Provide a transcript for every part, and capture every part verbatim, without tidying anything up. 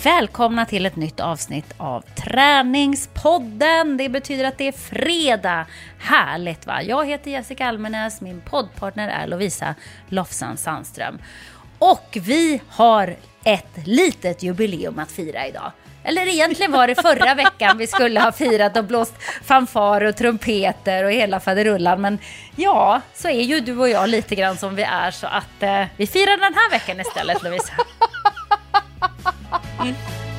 Välkomna till ett nytt avsnitt av Träningspodden. Det betyder att det är fredag. Härligt va? Jag heter Jessica Almenäs, min poddpartner är Lovisa Lofsan Sandström. Och vi har ett litet jubileum att fira idag. Eller egentligen var det förra veckan vi skulle ha firat och blåst fanfar och trumpeter och hela faderullan. Men ja, så är ju du och jag lite grann som vi är, så att eh, vi firar den här veckan istället, Lovisa. Mm.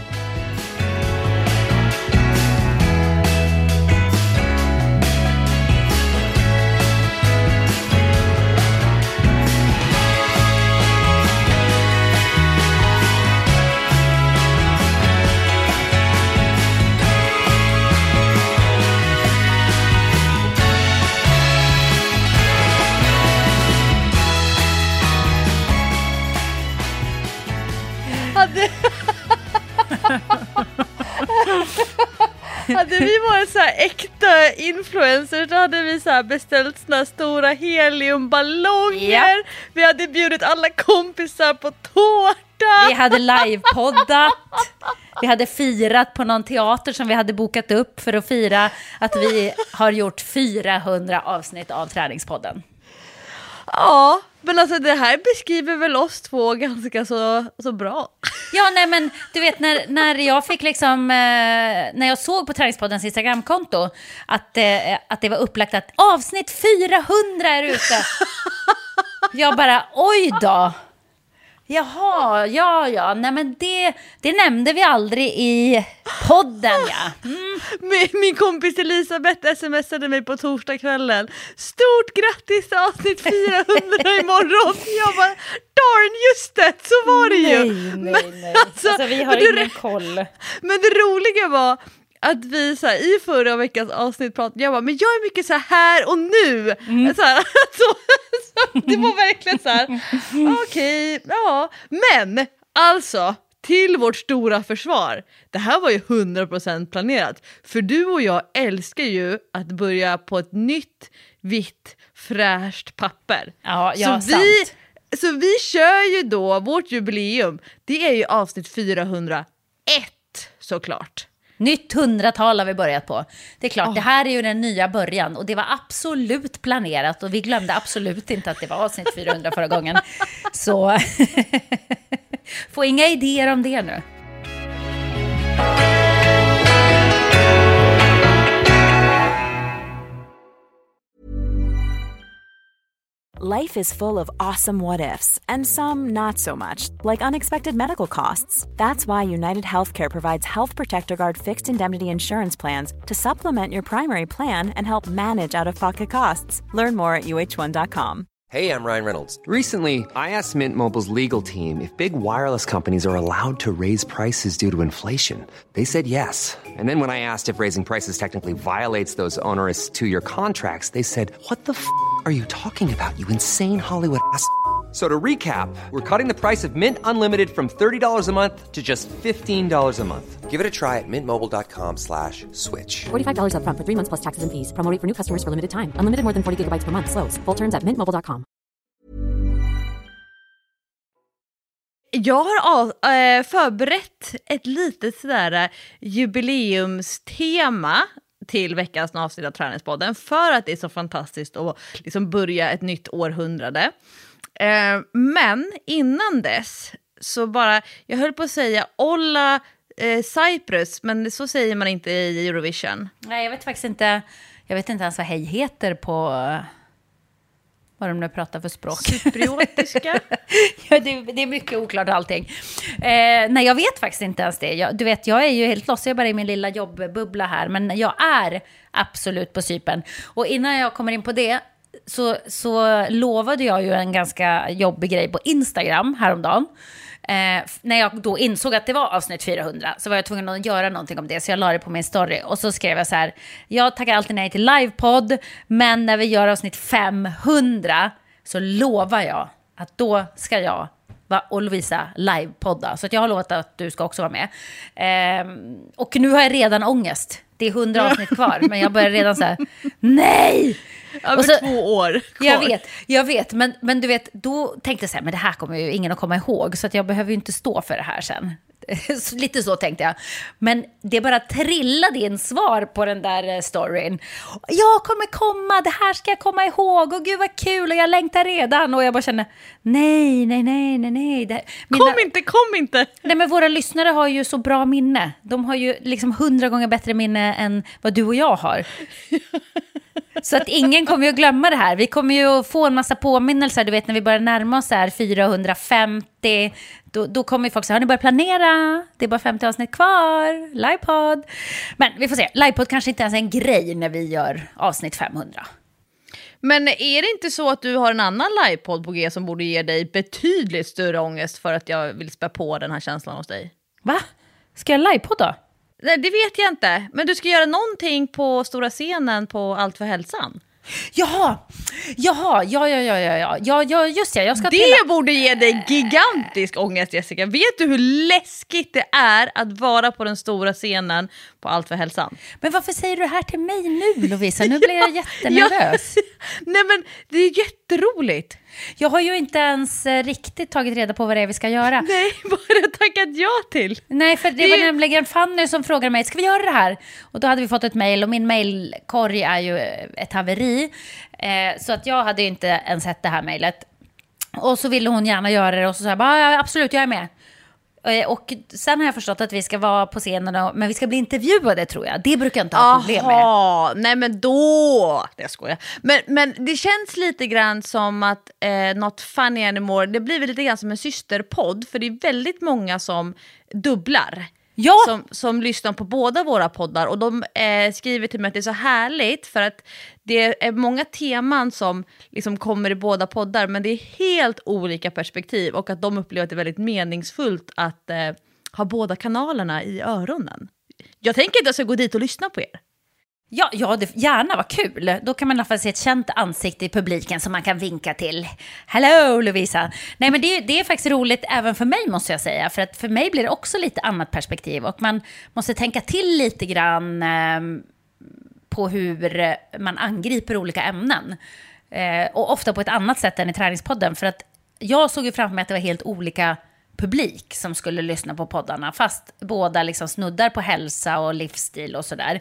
Hade... hade vi varit så här äkta influencers, så hade vi så här beställt såna stora heliumballonger. Ja. Vi hade bjudit alla kompisar på tårta. Vi hade livepoddat. Vi hade firat på någon teater som vi hade bokat upp för att fira att vi har gjort fyrahundra avsnitt av Träningspodden. Ja, men alltså det här beskriver väl oss två ganska så, så bra. Ja, nej men du vet när, när jag fick liksom, eh, när jag såg på Träningspoddens Instagramkonto att, eh, att det var upplagt att avsnitt fyrahundra är ute. Jag bara, oj då. Jaha, ja, ja, nej men det, det nämnde vi aldrig i podden, ja. Mm. Min, min kompis Elisabeth smsade mig på torsdagskvällen. Stort grattis till avsnitt fyrahundra imorgon. Jag bara, darn, just det, så var det ju. Nej, nej, nej. Alltså, alltså vi har ingen det, koll. Men det roliga var att vi så här, i förra veckans avsnitt pratade, jag bara, men jag är mycket så här, här och nu. Mm. Så här, så, så, det var verkligen så här, okej, okay, ja. Men alltså, till vårt stora försvar, det här var ju hundra procent planerat. För du och jag älskar ju att börja på ett nytt, vitt, fräscht papper. Ja, ja, så vi, sant. Så vi kör ju då, vårt jubileum, det är ju avsnitt fyrahundraett såklart. Nytt hundratal har vi börjat på. Det är klart, oh. det här är ju den nya början. Och det var absolut planerat. Och vi glömde absolut inte att det var avsnitt fyrahundra förra gången. Så få inga idéer om det nu. Life is full of awesome what-ifs, and some not so much, like unexpected medical costs. That's why United Healthcare provides Health Protector Guard fixed indemnity insurance plans to supplement your primary plan and help manage out-of-pocket costs. Learn more at U H one dot com. Hey, I'm Ryan Reynolds. Recently, I asked Mint Mobile's legal team if big wireless companies are allowed to raise prices due to inflation. They said yes. And then when I asked if raising prices technically violates those onerous two-year contracts, they said, what the f*** are you talking about, you insane Hollywood ass f- So to recap, we're cutting the price of Mint Unlimited from thirty dollars a month to just fifteen dollars a month. Give it a try at mintmobile.com slash switch. forty-five dollars up front for three months plus taxes and fees. Promo rate for new customers for limited time. Unlimited more than forty gigabytes per month. Slows full terms at mint mobile dot com. Jag har äh, förberett ett litet sådär jubileumstema till veckans avsnitt av Träningspodden, för att det är så fantastiskt att liksom börja ett nytt århundrade. Eh, men innan dess så bara, jag höll på att säga Olla eh, Cyprus, men så säger man inte i Eurovision. Nej, jag vet faktiskt inte, jag vet inte ens vad hej heter på vad de nu pratar för språk. Cypriotiska. Ja, det, det är mycket oklart allting. Eh, nej, jag vet faktiskt inte ens det. Jag, du vet, jag är ju helt loss, jag är bara i min lilla jobbbubbla här. Men jag är absolut på Cypern. Och innan jag kommer in på det så, så lovade jag ju en ganska jobbig grej på Instagram häromdagen. Eh, när jag då insåg att det var avsnitt fyrahundra så var jag tvungen att göra någonting om det, så jag la det på min story och så skrev jag så här: jag tackar alltid nej till livepodd, men när vi gör avsnitt femhundra så lovar jag att då ska jag och Lovisa livepodda, så att jag har lovat att du ska också vara med. eh, och nu har jag redan ångest. Det är hundra avsnitt kvar, men jag börjar redan så här: nej! Över så, två år kvar. Jag vet, jag vet men, men du vet, då tänkte jag så här, men det här kommer ju ingen att komma ihåg, så att jag behöver ju inte stå för det här sen. Lite så tänkte jag. Men det bara trillade in svar på den där storyn. Jag kommer komma, det här ska jag komma ihåg. Och gud vad kul, och jag längtar redan. Och jag bara känner, nej, nej, nej, nej, nej. Det, mina, kom inte, kom inte. Nej, men våra lyssnare har ju så bra minne. De har ju liksom hundra gånger bättre minne än vad du och jag har. Så att ingen kommer ju att glömma det här. Vi kommer ju att få en massa påminnelser. Du vet, när vi börjar närma oss här fyrahundrafemtio, då, då kommer folk säga, har ni börjat planera? Det är bara femtio avsnitt kvar. Livepodd. Men vi får se. Livepodd kanske inte ens är en grej när vi gör avsnitt femhundra. Men är det inte så att du har en annan livepodd på G som borde ge dig betydligt större ångest för att jag vill spä på den här känslan hos dig? Va? Ska jag livepodd då? Nej, det vet jag inte. Men du ska göra någonting på stora scenen på Allt för hälsan. Jaha, jaha, ja, ja, ja, ja, ja, ja, ja, just det. Jag ska det till... borde ge dig gigantisk ångest, Jessica. Vet du hur läskigt det är att vara på den stora scenen på Allt för hälsan? Men varför säger du det här till mig nu, Lovisa? Nu blir jag jättenervös. Ja, nej, men det är jätteroligt. Jag har ju inte ens riktigt tagit reda på vad det är vi ska göra. Nej, vad har du tackat ja till? Nej, för det, det var ju... nämligen Fanny som frågade mig, ska vi göra det här? Och då hade vi fått ett mejl, och min mejlkorg är ju ett haveri. Eh, så att jag hade ju inte ens sett det här mejlet. Och så ville hon gärna göra det, och så sa jag bara, ja, absolut, jag är med. Och sen har jag förstått att vi ska vara på scenen, och, men vi ska bli intervjuade, tror jag. Det brukar jag inte ha Aha, problem med. Nej, men då... Det skojar. Men, men det känns lite grann som att eh, Not Funny Anymore, det blir väl lite grann som en systerpodd, för det är väldigt många som dubblar. Ja. Som, som lyssnar på båda våra poddar, och de eh, skriver till mig att det är så härligt för att det är många teman som liksom kommer i båda poddar, men det är helt olika perspektiv, och att de upplever att det är väldigt meningsfullt att eh, ha båda kanalerna i öronen. Jag tänker att jag ska gå dit och lyssna på er. Ja, ja det, gärna, vad kul. Då kan man i alla fall se ett känt ansikte i publiken som man kan vinka till. Hello, Lovisa. Nej, men det, det är faktiskt roligt även för mig, måste jag säga. För att för mig blir det också lite annat perspektiv. Och man måste tänka till lite grann eh, på hur man angriper olika ämnen. Eh, och ofta på ett annat sätt än i träningspodden. För att jag såg ju framför mig att det var helt olika publik som skulle lyssna på poddarna. Fast båda liksom snuddar på hälsa och livsstil och sådär.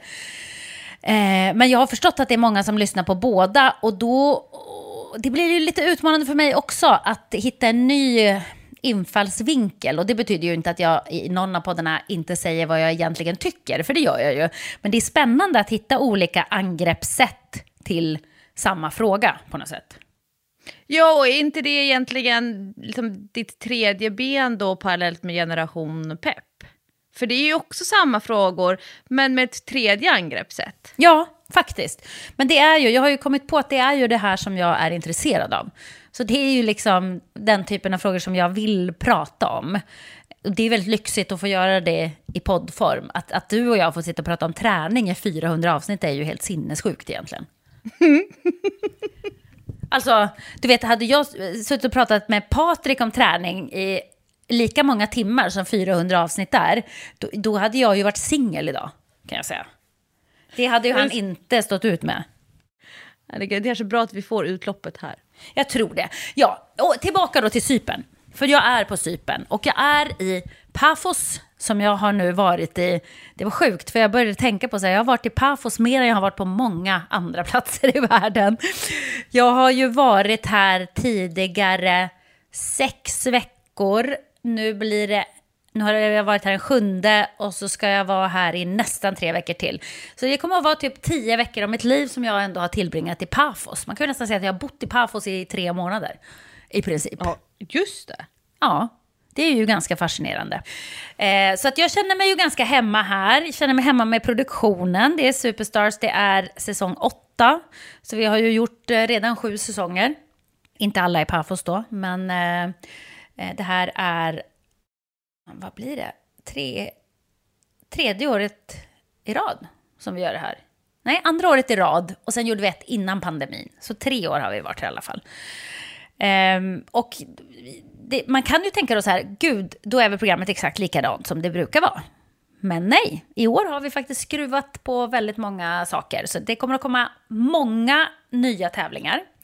Men jag har förstått att det är många som lyssnar på båda, och då det blir ju lite utmanande för mig också att hitta en ny infallsvinkel, och det betyder ju inte att jag i någon av poddarna inte säger vad jag egentligen tycker, för det gör jag ju, men det är spännande att hitta olika angreppssätt till samma fråga på något sätt. Ja, och är inte det egentligen liksom ditt tredje ben då parallellt med Generation Pepp? För det är ju också samma frågor, men med ett tredje angreppssätt. Ja, faktiskt. Men det är ju, jag har ju kommit på att det är ju det här som jag är intresserad av. Så det är ju liksom den typen av frågor som jag vill prata om. Och det är väldigt lyxigt att få göra det i poddform. Att, att du och jag får sitta och prata om träning i fyrahundra avsnitt är ju helt sinnessjukt egentligen. Alltså, du vet, hade jag suttit och pratat med Patrik om träning i lika många timmar som fyrahundra avsnitt där, då, då hade jag ju varit singel idag, kan jag säga. Det hade ju han inte stått ut med. Det är kanske bra att vi får utloppet här. Jag tror det. Ja, och tillbaka då till Cypern. För jag är på Cypern, och jag är i Paphos, som jag har nu varit i. Det var sjukt, för jag började tänka på så här, jag har varit i Paphos mer än jag har varit på många andra platser i världen. Jag har ju varit här tidigare sex veckor. Nu blir det, nu har jag varit här den sjunde, och så ska jag vara här i nästan tre veckor till. Så det kommer att vara typ tio veckor av mitt liv som jag ändå har tillbringat i Paphos. Man kan ju nästan säga att jag har bott i Paphos i tre månader, i princip. Ja, just det. Ja, det är ju ganska fascinerande. Eh, så att jag känner mig ju ganska hemma här. Jag känner mig hemma med produktionen. Det är Superstars, det är säsong åtta. Så vi har ju gjort eh, redan sju säsonger. Inte alla i Paphos då, men... Eh, Det här är, vad blir det? Tre, tredje året i rad som vi gör det här. Nej, andra året i rad. Och sen gjorde vi ett innan pandemin. Så tre år har vi varit här i alla fall. Ehm, och det, man kan ju tänka då så här, gud, då är väl programmet exakt likadant som det brukar vara. Men nej, i år har vi faktiskt skruvat på väldigt många saker. Så det kommer att komma många nya tävlingar.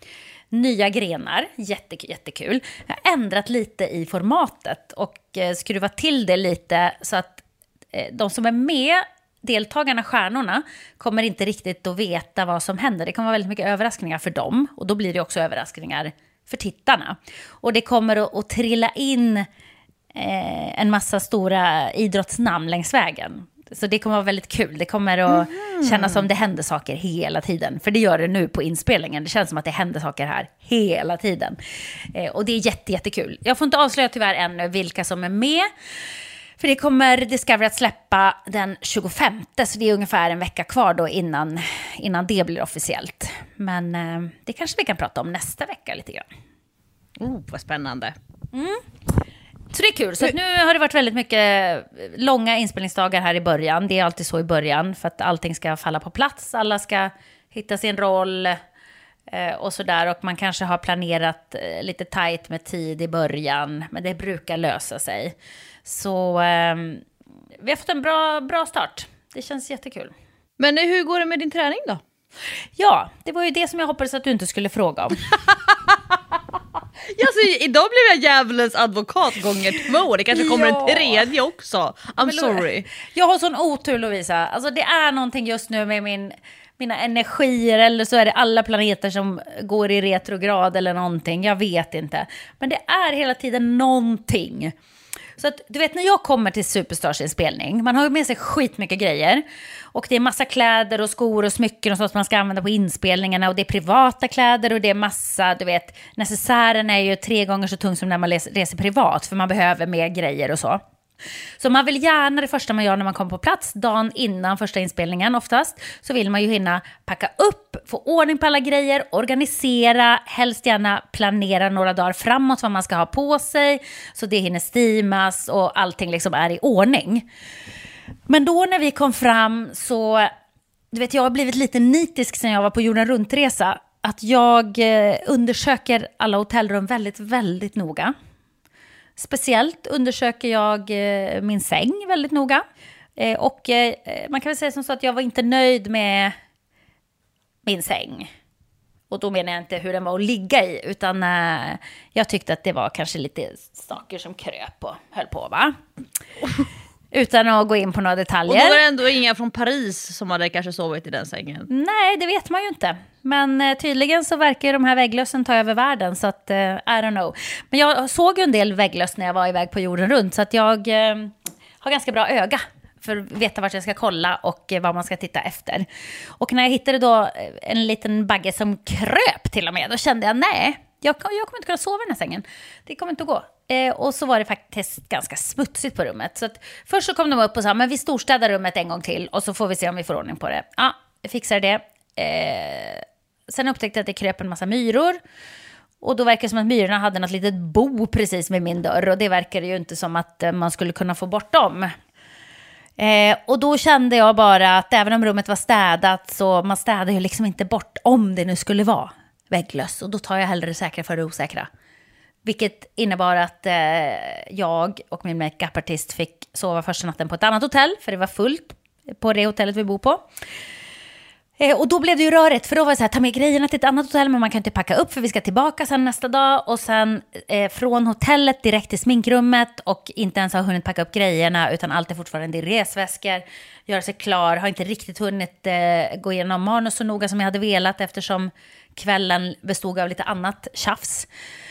nya grenar, jätte, jättekul. Jag har ändrat lite i formatet och eh, skruvat till det lite så att eh, de som är med, deltagarna, stjärnorna, kommer inte riktigt att veta vad som händer. Det kommer vara väldigt mycket överraskningar för dem och då blir det också överraskningar för tittarna. Och det kommer att, att trilla in eh, en massa stora idrottsnamn längs vägen. Så det kommer att vara väldigt kul. Det kommer att mm. kännas som det händer saker hela tiden. För det gör det nu på inspelningen. Det känns som att det händer saker här hela tiden. Eh, och det är jätte, jättekul. Jag får inte avslöja tyvärr ännu vilka som är med. För det kommer Discovery att släppa den tjugofemte. Så det är ungefär en vecka kvar då innan, innan det blir officiellt. Men eh, det kanske vi kan prata om nästa vecka lite grann. Oh, vad spännande. Mm. Så det är kul. Så att nu har det varit väldigt mycket långa inspelningsdagar här i början. Det är alltid så i början för att allting ska falla på plats. Alla ska hitta sin roll eh, och sådär. Och man kanske har planerat eh, lite tajt med tid i början. Men det brukar lösa sig. Så eh, vi har fått en bra, bra start. Det känns jättekul. Men hur går det med din träning då? Ja, det var ju det som jag hoppades att du inte skulle fråga om. Ja, så idag blev jag djävulens advokat gånger två. Det kanske kommer ja. en tredje också. I'm Men, sorry. Jag har sån otur, Lovisa. Alltså det är någonting just nu med min, mina energier. Eller så är det alla planeter som går i retrograd eller någonting. Jag vet inte. Men det är hela tiden någonting. Så att, du vet, när jag kommer till Superstars-inspelning, man har ju med sig skitmycket grejer. Och det är massa kläder och skor och smycken och sånt som man ska använda på inspelningarna. Och det är privata kläder och det är massa, du vet, necessären är ju tre gånger så tung som när man reser privat. För man behöver mer grejer och så. Så man vill gärna, det första man gör när man kommer på plats, dagen innan första inspelningen oftast, så vill man ju hinna packa upp, få ordning på alla grejer, organisera, helst gärna planera några dagar framåt vad man ska ha på sig, så det hinner steamas och allting liksom är i ordning. Men då när vi kom fram så, du vet, jag har blivit lite nitisk sen jag var på jorden runtresa, att jag eh, undersöker alla hotellrum väldigt, väldigt noga. Speciellt undersöker jag eh, min säng väldigt noga. Eh, och eh, man kan väl säga som så att jag var inte nöjd med min säng. Och då menar jag inte hur den var att ligga i. Utan eh, jag tyckte att det var kanske lite saker som kröp och höll på, va? Utan att gå in på några detaljer. Och då var det ändå inga från Paris som hade kanske sovit i den sängen. Nej, det vet man ju inte. Men eh, tydligen så verkar ju de här vägglössen ta över världen. Så att, eh, I don't know. Men jag såg ju en del vägglöss när jag var iväg på jorden runt. Så att jag eh, har ganska bra öga för att veta vart jag ska kolla och eh, vad man ska titta efter. Och när jag hittade då en liten bagge som kröp till och med, då kände jag nej. Jag, jag kommer inte kunna sova i den här sängen. Det kommer inte att gå. Eh, och så var det faktiskt ganska smutsigt på rummet. Så att först så kom de upp och sa, men vi storstädar rummet en gång till. Och så får vi se om vi får ordning på det. Ja, jag fixar det. Eh, sen upptäckte jag att det kröp en massa myror. Och då verkar det som att myrorna hade något litet bo precis med min dörr. Och det verkar ju inte som att eh, man skulle kunna få bort dem. Eh, och då kände jag bara att även om rummet var städat, så man städar ju liksom inte bort om det nu skulle vara vägglöss. Och då tar jag hellre det säkra för det osäkra. Vilket innebar att eh, jag och min make-up-artist fick sova första natten på ett annat hotell. För det var fullt på det hotellet vi bor på. Eh, och då blev det ju rörigt. För då var det så här, ta med grejerna till ett annat hotell. Men man kan inte packa upp för vi ska tillbaka sen nästa dag. Och sen eh, från hotellet direkt till sminkrummet. Och inte ens har hunnit packa upp grejerna. Utan allt är fortfarande i resväskor. Göra sig klar. Har inte riktigt hunnit eh, gå igenom manus så noga som jag hade velat. Eftersom kvällen bestod av lite annat tjafs.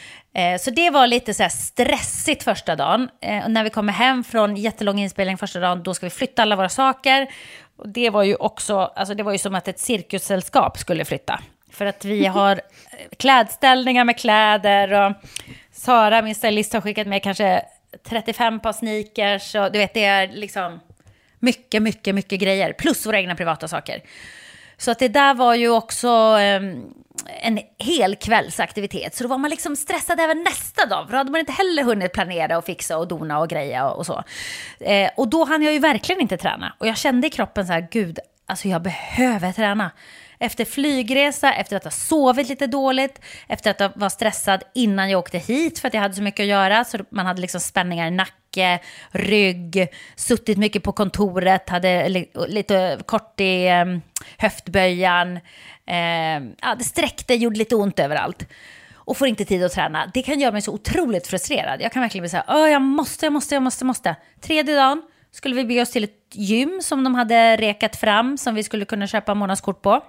Så det var lite så här stressigt första dagen. Och när vi kommer hem från jättelång inspelning första dagen, då ska vi flytta alla våra saker. Och det var ju också, alltså det var ju som att ett cirkussällskap skulle flytta. För att vi har klädställningar med kläder och Sara, min stylist, har skickat med kanske trettiofem par sneakers. Och du vet, det är liksom mycket, mycket, mycket grejer. Plus våra egna privata saker. Så att det där var ju också eh, en hel kvällsaktivitet. Så då var man liksom stressad även nästa dag. För då hade man inte heller hunnit planera och fixa och dona och greja och, och så. Eh, och då hann jag ju verkligen inte träna. Och jag kände i kroppen så här, gud, alltså jag behöver träna. Efter flygresa, efter att ha sovit lite dåligt, efter att ha var stressad innan jag åkte hit för att jag hade så mycket att göra. Så man hade liksom spänningar i nacken nacke, rygg, suttit mycket på kontoret, hade li- lite kort i eh, höftböjan, eh, ja, det sträckte, gjorde lite ont överallt. Och får inte tid att träna. Det kan göra mig så otroligt frustrerad. Jag kan verkligen bli så här, jag måste, jag måste, jag måste, måste. Tredje dagen skulle vi bege oss till ett gym som de hade rekat fram, som vi skulle kunna köpa månadskort på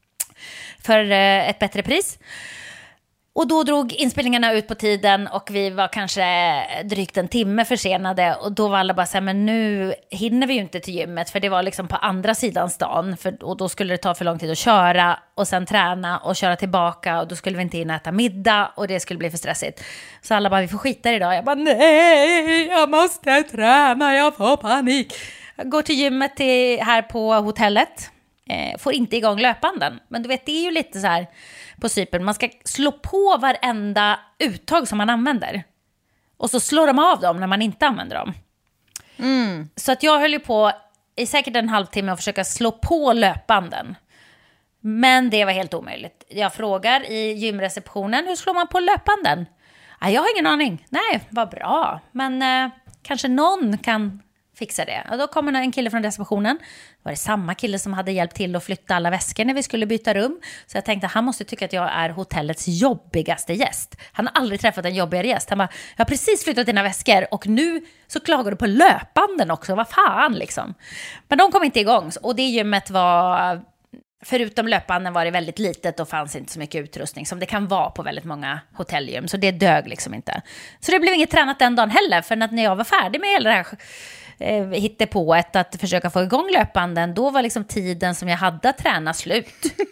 för eh, ett bättre pris. Och då drog inspelningarna ut på tiden och vi var kanske drygt en timme försenade. Och då var alla bara så här, men nu hinner vi ju inte till gymmet, för det var liksom på andra sidan stan. För, och då skulle det ta för lång tid att köra och sen träna och köra tillbaka. Och då skulle vi inte hinna äta middag och det skulle bli för stressigt. Så alla bara, vi får skita idag. Jag bara, nej, jag måste träna, jag får panik. Jag går till gymmet till, här på hotellet. Eh, får inte igång löpanden. Men du vet, det är ju lite så här på Cypern. Man ska slå på varenda uttag som man använder. Och så slår de av dem när man inte använder dem. Mm. Så att jag höll ju på i säkert en halvtimme att försöka slå på löpanden. Men det var helt omöjligt. Jag frågar i gymreceptionen, hur slår man på löpanden? Ah, jag har ingen aning. Nej, vad bra. Men eh, kanske någon kan fixa det. Och då kommer en kille från receptionen. Det var det samma kille som hade hjälpt till att flytta alla väskor när vi skulle byta rum. Så jag tänkte, han måste tycka att jag är hotellets jobbigaste gäst. Han har aldrig träffat en jobbigare gäst. Han bara, jag har precis flyttat dina väskor och nu så klagar du på löpanden också. Vad fan liksom. Men de kom inte igång. Och det gymmet var, förutom löpanden var det väldigt litet och fanns inte så mycket utrustning som det kan vara på väldigt många hotellgym. Så det dög liksom inte. Så det blev inget tränat den dagen heller. För när jag var färdig med hela det här eh, hittade på ett att försöka få igång löpanden, då var liksom tiden som jag hade att träna slut.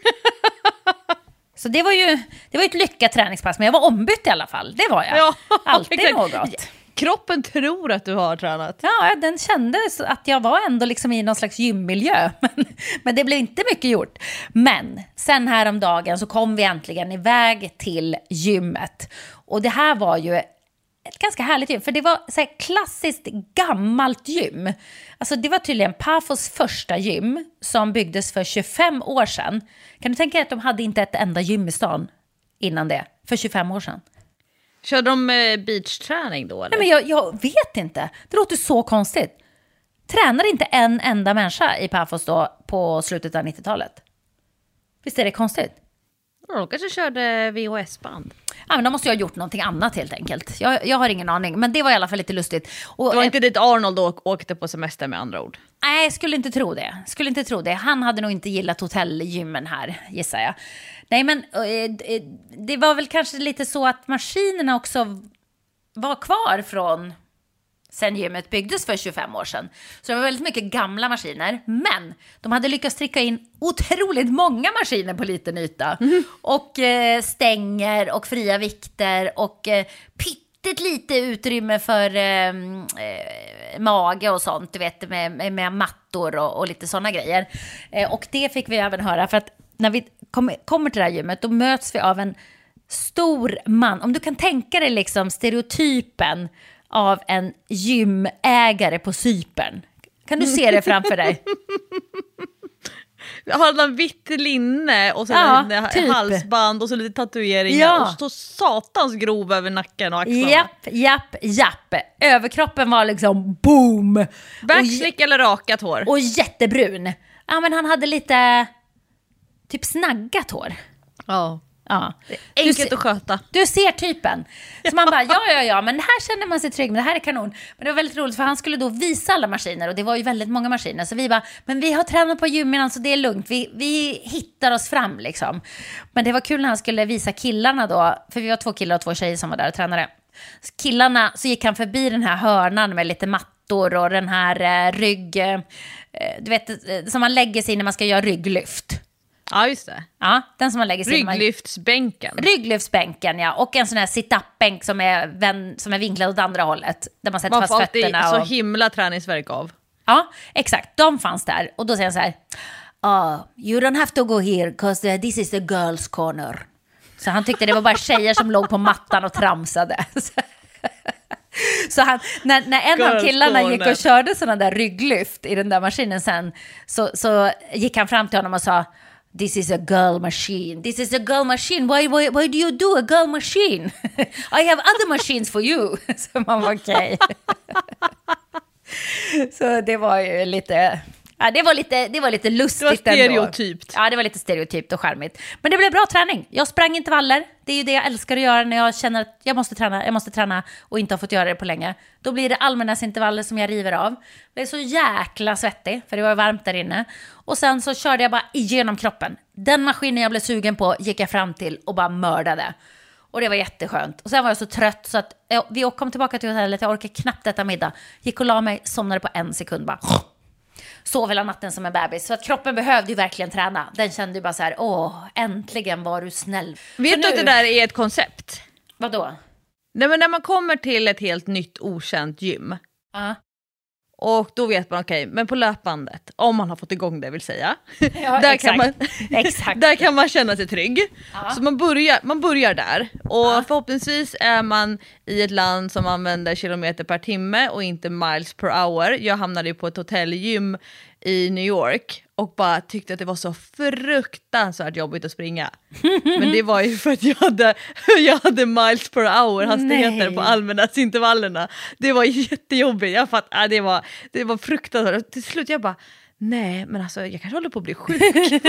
Så det var ju det var ett lyckat träningspass, men jag var ombytt i alla fall. Det var jag. Ja, alltid exakt. Något. Kroppen tror att du har tränat. Ja, den kände att jag var ändå liksom i någon slags gymmiljö. Men, men det blev inte mycket gjort. Men sen här om dagen så kom vi äntligen iväg till gymmet. Och det här var ju ett ganska härligt gym. För det var så här klassiskt gammalt gym. Alltså det var tydligen Pafos första gym som byggdes för tjugofem år sedan. Kan du tänka dig att de hade inte ett enda gym i stan innan det? För tjugofem år sedan. Körde de eh, beachträning då? Eller? Nej, men jag, jag vet inte. Det låter så konstigt. Tränar inte en enda människa i Pafos då på slutet av nittiotalet? Visst är det konstigt? De kanske körde V H S-band. Ja, men de måste ju ha gjort någonting annat helt enkelt. Jag, jag har ingen aning, men det var i alla fall lite lustigt. Och, det var inte dit Arnold åk, åkte på semester med andra ord. Nej, jag skulle inte tro det. Skulle inte tro det. Han hade nog inte gillat hotellgymmen här, gissar jag. Nej, men eh, det var väl kanske lite så att maskinerna också var kvar från sen gymmet byggdes för tjugofem år sedan. Så det var väldigt mycket gamla maskiner. Men de hade lyckats trycka in otroligt många maskiner på liten yta. Mm. Och eh, stänger och fria vikter och eh, pyttet lite utrymme för eh, eh, mage och sånt. Du vet, med, med, med mattor och, och lite sådana grejer. Eh, och det fick vi även höra. För att när vi kom, kommer till det här gymmet, då möts vi av en stor man. Om du kan tänka dig liksom stereotypen av en gymägare på Cypern. Kan du se det framför dig? Har han vitt linne och så ja, typ. halsband och så lite tatueringar ja. Och så satans grov över nacken och axlarna. Japp, japp, japp. Överkroppen var liksom boom. Backslick eller rakat hår? Och jättebrun. Ja, men han hade lite typ snaggat hår. Ja. Ja. Enkelt att sköta. Du ser typen. Så man bara, ja, ja, ja, men det här känner man sig trygg med, det här är kanon. Men det var väldigt roligt för han skulle då visa alla maskiner och det var ju väldigt många maskiner. Så vi bara, men vi har tränat på gym innan så det är lugnt. Vi, vi hittar oss fram liksom. Men det var kul när han skulle visa killarna då, för vi var två killar och två tjejer som var där och tränade. Så killarna, så gick han förbi den här hörnan med lite mattor och den här eh, rygg, eh, du vet, eh, som man lägger sig när man ska göra rygglyft. Ja, just det. Ja, den som man lägger sig rygglyftsbänken. Man... Rygglyftsbänken, ja. Och en sån här sit-up-bänk som är, vän... som är vinklad åt andra hållet. Där man sätter man fast fötterna. Man får och... så himla träningsverk av. Ja, exakt. De fanns där. Och då säger jag så här, oh, you don't have to go here because this is the girls corner. Så han tyckte det var bara tjejer som låg på mattan och tramsade. Så han, när, när en Girls av killarna corner. Gick och körde sådana där rygglyft i den där maskinen sen, så, så gick han fram till honom och sa, this is a girl machine. This is a girl machine. Why, why, why do you do a girl machine? I have other machines for you. Så man var okej. Okay. Så det var ju lite... Ja, det var lite, det var lite lustigt. Det var stereotypt. Ändå. Ja, det var lite stereotypt och charmigt. Men det blev bra träning. Jag sprang intervaller. Det är ju det jag älskar att göra när jag känner att jag måste träna, jag måste träna och inte har fått göra det på länge. Då blir det allmänhetsintervaller som jag river av. Det är så jäkla svettig, för det var varmt där inne. Och sen så körde jag bara igenom kroppen. Den maskinen jag blev sugen på gick jag fram till och bara mördade. Och det var jätteskönt. Och sen var jag så trött så att jag, vi kom tillbaka till hotellet. Jag orkade knappt äta middag. Gick och la mig, somnade på en sekund bara. Sov hela natten som en bebis. Så att kroppen behövde ju verkligen träna. Den kände ju bara så här, åh, äntligen var du snäll. Vet du nu... att det där är ett koncept? Vadå? Nej, men när man kommer till ett helt nytt okänt gym. Ja. Och då vet man, okej, okay, men på löpbandet, om man har fått igång det vill säga, ja, där, exakt. kan man, exakt. där kan man känna sig trygg. Ja. Så man börjar, man börjar där. Och ja. förhoppningsvis är man i ett land som använder kilometer per timme och inte miles per hour. Jag hamnade ju på ett hotellgym i New York och bara tyckte att det var så fruktansvärt jobbigt att springa. Men det var ju för att jag hade, jag hade miles per hour hastigheter på allmänhetsintervallerna. Det var jättejobbigt. Jag fatt, äh, det, var, det var fruktansvärt. Till slut jag bara, nej men alltså jag kanske håller på att bli sjuk.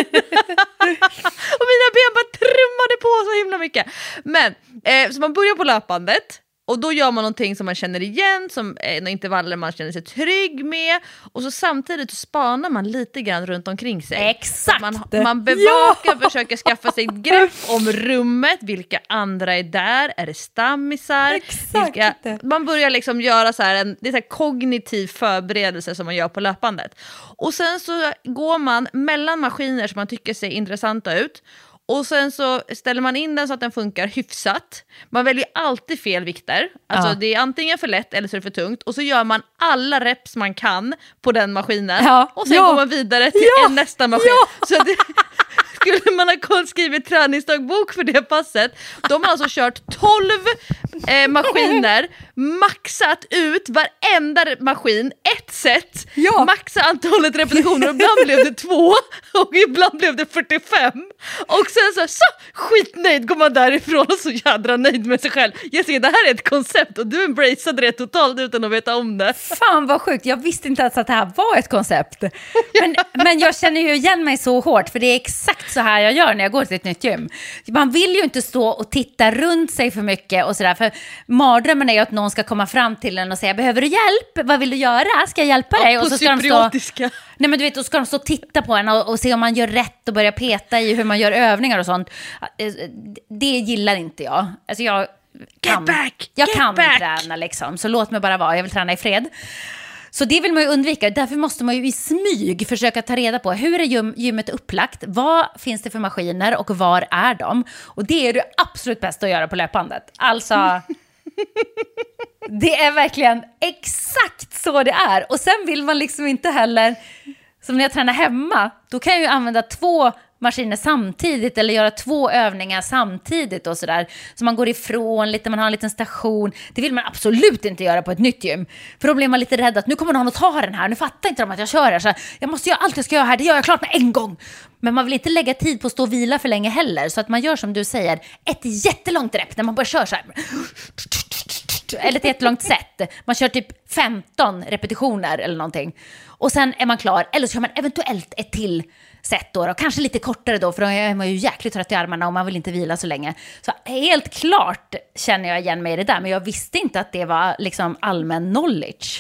Och mina ben bara trummade på så himla mycket. Men, eh, så man börjar på löpbandet. Och då gör man någonting som man känner igen, som är några intervaller man känner sig trygg med. Och så samtidigt spanar man lite grann runt omkring sig. Exakt! Man, man bevakar, ja! försöker skaffa sig ett grepp om rummet. Vilka andra är där? Är det stammisar? Exakt! Vilka, man börjar liksom göra så här en det är så här kognitiv förberedelse som man gör på löpbandet. Och sen så går man mellan maskiner som man tycker ser intressanta ut. Och sen så ställer man in den så att den funkar hyfsat. Man väljer alltid fel vikter. Alltså ja. det är antingen för lätt eller så är det för tungt. Och så gör man alla reps man kan på den maskinen. Ja. Och sen ja. går man vidare till ja. en nästa maskin. Ja. Så det, skulle man ha skrivit träningsdagbok för det passet. De har alltså kört tolv eh, maskiner. Maxat ut varenda maskin. Ett set. Ja. Maxa antalet repetitioner. Ibland blev det två. Och ibland blev det fyrtiofem. Och sen så, så skitnöjd går man därifrån och så jädra nöjd med sig själv. Jag ser, det här är ett koncept och du embraceade det totalt utan att veta om det. Fan vad sjukt, jag visste inte ens att det här var ett koncept. Men, men jag känner ju igen mig så hårt, för det är exakt så här jag gör när jag går till ett nytt gym. Man vill ju inte stå och titta runt sig för mycket och sådär, för mardrömmen är ju att någon ska komma fram till en och säga, behöver du hjälp? Vad vill du göra? Ska jag hjälpa dig? Ja, och så ska de stå, nej men du vet, då ska de stå och titta på en och, och se om man gör rätt och börja peta i hur man gör övningar och sånt. Det gillar inte jag. Alltså jag kan, get back, jag get kan back. träna liksom, så låt mig bara vara, jag vill träna i fred. Så det vill man ju undvika. Därför måste man ju i smyg försöka ta reda på hur är gym, gymmet upplagt, vad finns det för maskiner och var är de? Och det är det absolut bäst att göra på löpbandet. Alltså, det är verkligen exakt så det är. Och sen vill man liksom inte heller, som när jag tränar hemma, då kan jag ju använda två maskiner samtidigt eller göra två övningar samtidigt och sådär. Så man går ifrån lite, man har en liten station. Det vill man absolut inte göra på ett nytt gym. För då blir man lite rädd att nu kommer någon att ta den här. Nu fattar inte de att jag kör här. Så jag måste göra allt jag ska göra här. Det gör jag klart med en gång. Men man vill inte lägga tid på att stå och vila för länge heller. Så att man gör som du säger, ett jättelångt rep när man bara kör så här. Eller ett jättelångt set. Man kör typ femton repetitioner eller någonting. Och sen är man klar. Eller så kör man eventuellt ett till set då, och kanske lite kortare då, för då är man ju jäkligt trött i armarna och man vill inte vila så länge. Så helt klart känner jag igen mig i det där, men jag visste inte att det var liksom allmän knowledge.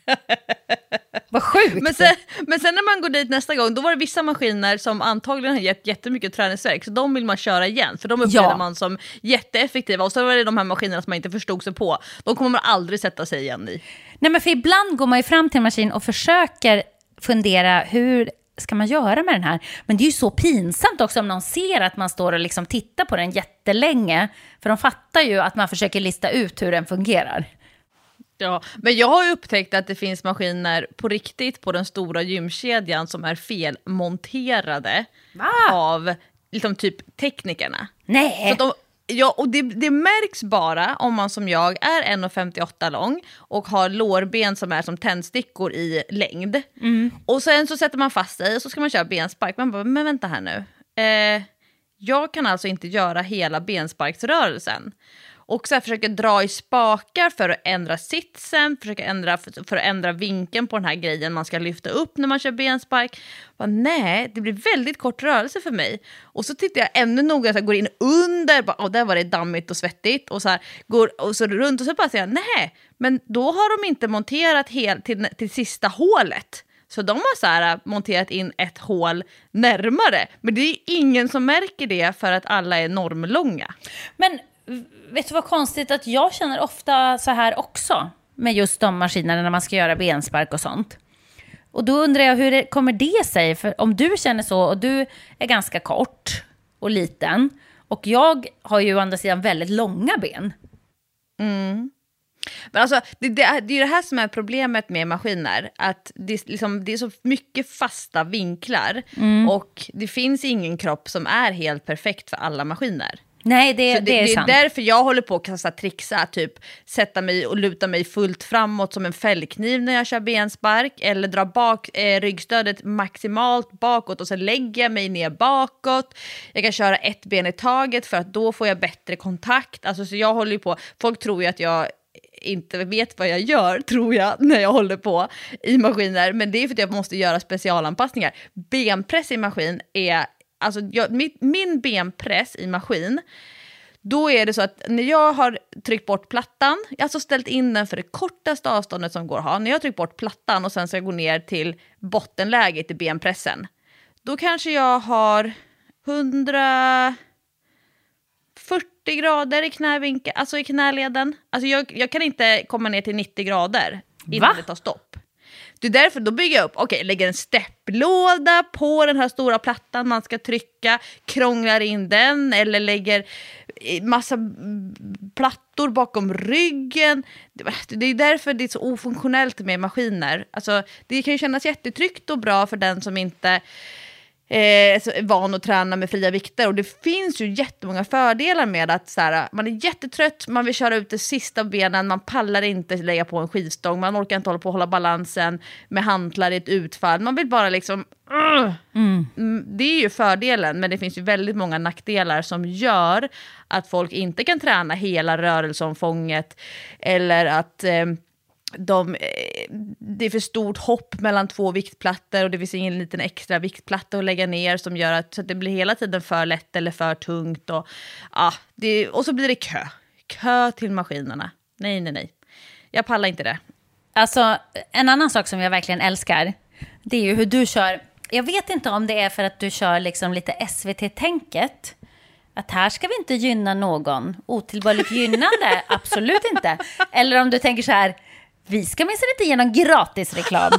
Vad sjukt. Men sen, men sen när man går dit nästa gång, då var det vissa maskiner som antagligen har gett jättemycket träningsverk, så de vill man köra igen, för de upplevde ja. man som jätteeffektiva. Och så var det de här maskinerna som man inte förstod sig på. De kommer man aldrig sätta sig igen i. Nej, men för ibland går man ju fram till en maskin och försöker fundera, hur ska man göra med den här? Men det är ju så pinsamt också om någon ser att man står och liksom tittar på den jättelänge. För de fattar ju att man försöker lista ut hur den fungerar. Ja, men jag har ju upptäckt att det finns maskiner på riktigt på den stora gymkedjan som är felmonterade Va? av liksom typ teknikerna. Nej. Så de, ja, och det, det märks bara om man som jag är en komma femtioåtta lång och har lårben som är som tändstickor i längd. Mm. Och sen så sätter man fast sig och så ska man köra benspark. Man bara, men vänta här nu. Eh, jag kan alltså inte göra hela bensparksrörelsen. Och så här försöker dra i spakar för att ändra sitsen, försöka ändra, för, för att ändra vinkeln på den här grejen man ska lyfta upp när man kör benspark. Bara, nej, det blir väldigt kort rörelse för mig. Och så tittar jag ännu noga, så här, går in under, bara, oh, där var det dammigt och svettigt. Och så, här, går, och så runt och så bara säger jag, nej, men då har de inte monterat helt till, till sista hålet. Så de har så här monterat in ett hål närmare. Men det är ingen som märker det för att alla är normlånga. Men vet du vad konstigt att jag känner ofta så här också med just de maskinerna när man ska göra benspark och sånt. Och då undrar jag hur det, kommer det sig? För om du känner så och du är ganska kort och liten och jag har ju å andra sidan väldigt långa ben. Mm. Men alltså, det, det, är, det är det här som är problemet med maskiner. Att det, liksom, det är så mycket fasta vinklar. Mm. Och det finns ingen kropp som är helt perfekt för alla maskiner. Nej, det, det, det är det är sant. Det är därför jag håller på att kasta trixa, typ sätta mig och luta mig fullt framåt som en fällkniv när jag kör benspark, eller dra bak eh, ryggstödet maximalt bakåt och så lägger jag mig ner bakåt. Jag kan köra ett ben i taget för att då får jag bättre kontakt. Alltså, så jag håller ju på, folk tror ju att jag inte vet vad jag gör, tror jag, när jag håller på i maskiner, men det är för att jag måste göra specialanpassningar. Benpress i maskin är Alltså jag, min, min benpress i maskin, då är det så att när jag har tryckt bort plattan, jag har alltså ställt in den för det kortaste avståndet som går att ha. När jag har tryckt bort plattan och sen ska jag gå ner till bottenläget i benpressen, då kanske jag har hundrafyrtio grader i knävinkel, alltså i knäleden. Alltså jag, jag kan inte komma ner till nittio grader innan Va? det tar stopp. Det är därför då bygger jag upp, okej, okay, lägger en stepplåda på den här stora plattan man ska trycka, krånglar in den eller lägger massa plattor bakom ryggen. Det är därför det är så ofunktionellt med maskiner. Alltså, det kan ju kännas jättetryggt och bra för den som inte eh, är van att träna med fria vikter, och det finns ju jättemånga fördelar med att så här, man är jättetrött, man vill köra ut det sista benen, man pallar inte lägga på en skivstång, man orkar inte hålla på att hålla balansen med hantlar i ett utfall, man vill bara liksom uh, mm. Det är ju fördelen, men det finns ju väldigt många nackdelar som gör att folk inte kan träna hela rörelseomfånget, eller att eh, De, det är för stort hopp mellan två viktplattor och det finns ingen liten extra viktplatta att lägga ner som gör att, så att det blir hela tiden för lätt eller för tungt. Och, ja, det, och så blir det kö. Kö till maskinerna. Nej, nej, nej. Jag pallar inte det. Alltså, en annan sak som jag verkligen älskar, det är ju hur du kör. Jag vet inte om det är för att du kör liksom lite S V T-tänket. Att här ska vi inte gynna någon. Otillbörligt gynnande, absolut inte. Eller om du tänker så här, vi ska minst inte ge någon gratis reklam.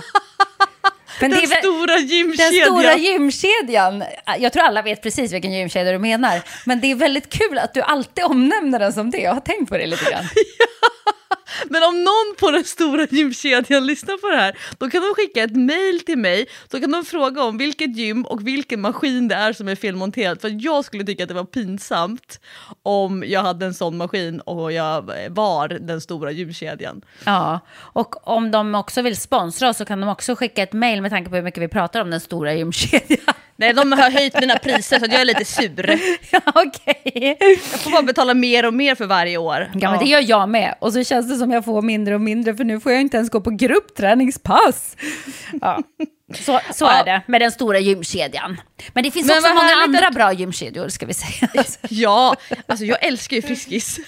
Men den, det är, stora gymkedjan. den stora gymkedjan. Jag tror alla vet precis vilken gymkedja du menar. Men det är väldigt kul att du alltid omnämner den som det. Jag har tänkt på det lite grann. Ja. Men om någon på den stora gymkedjan lyssnar på det här, då kan de skicka ett mejl till mig. Så kan de fråga om vilket gym och vilken maskin det är som är felmonterad. För jag skulle tycka att det var pinsamt om jag hade en sån maskin och jag var den stora gymkedjan. Ja, och om de också vill sponsra så kan de också skicka ett mejl med tanke på hur mycket vi pratar om den stora gymkedjan. Nej, de har höjt mina priser så att jag är lite sur. Ja, okej. Okay. Jag får bara betala mer och mer för varje år. Ja, men det gör jag med. Och så känns det som jag får mindre och mindre, för nu får jag inte ens gå på gruppträningspass. Ja. Så, så ja. är det med den stora gymkedjan. Men det finns men också många andra att... bra gymkedjor, ska vi säga. Ja, alltså jag älskar ju Friskis.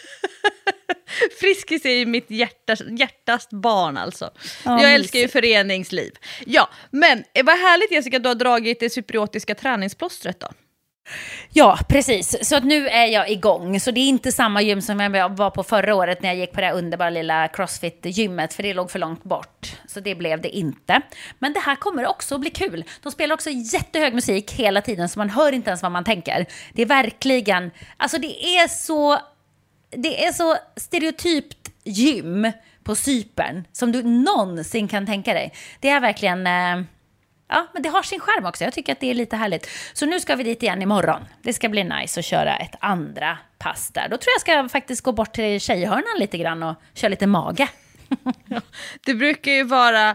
Friskis är ju mitt hjärtas, hjärtas barn alltså. Ja, jag älskar ju föreningsliv. Ja, men vad härligt Jessica, du har dragit det superiotiska träningsplåstret då. Ja, precis. Så att nu är jag igång. Så det är inte samma gym som jag var på förra året när jag gick på det här underbara lilla CrossFit-gymmet, för det låg för långt bort. Så det blev det inte. Men det här kommer också att bli kul. De spelar också jättehög musik hela tiden, så man hör inte ens vad man tänker. Det är verkligen, alltså det är så, det är så stereotypt gym på Cypern som du någonsin kan tänka dig. Det är verkligen... Eh, Ja, men det har sin skärm också. Jag tycker att det är lite härligt. Så nu ska vi dit igen imorgon. Det ska bli nice att köra ett andra pass där. Då tror jag ska faktiskt gå bort till tjejhörnan lite grann och köra lite mage. Ja, det brukar ju vara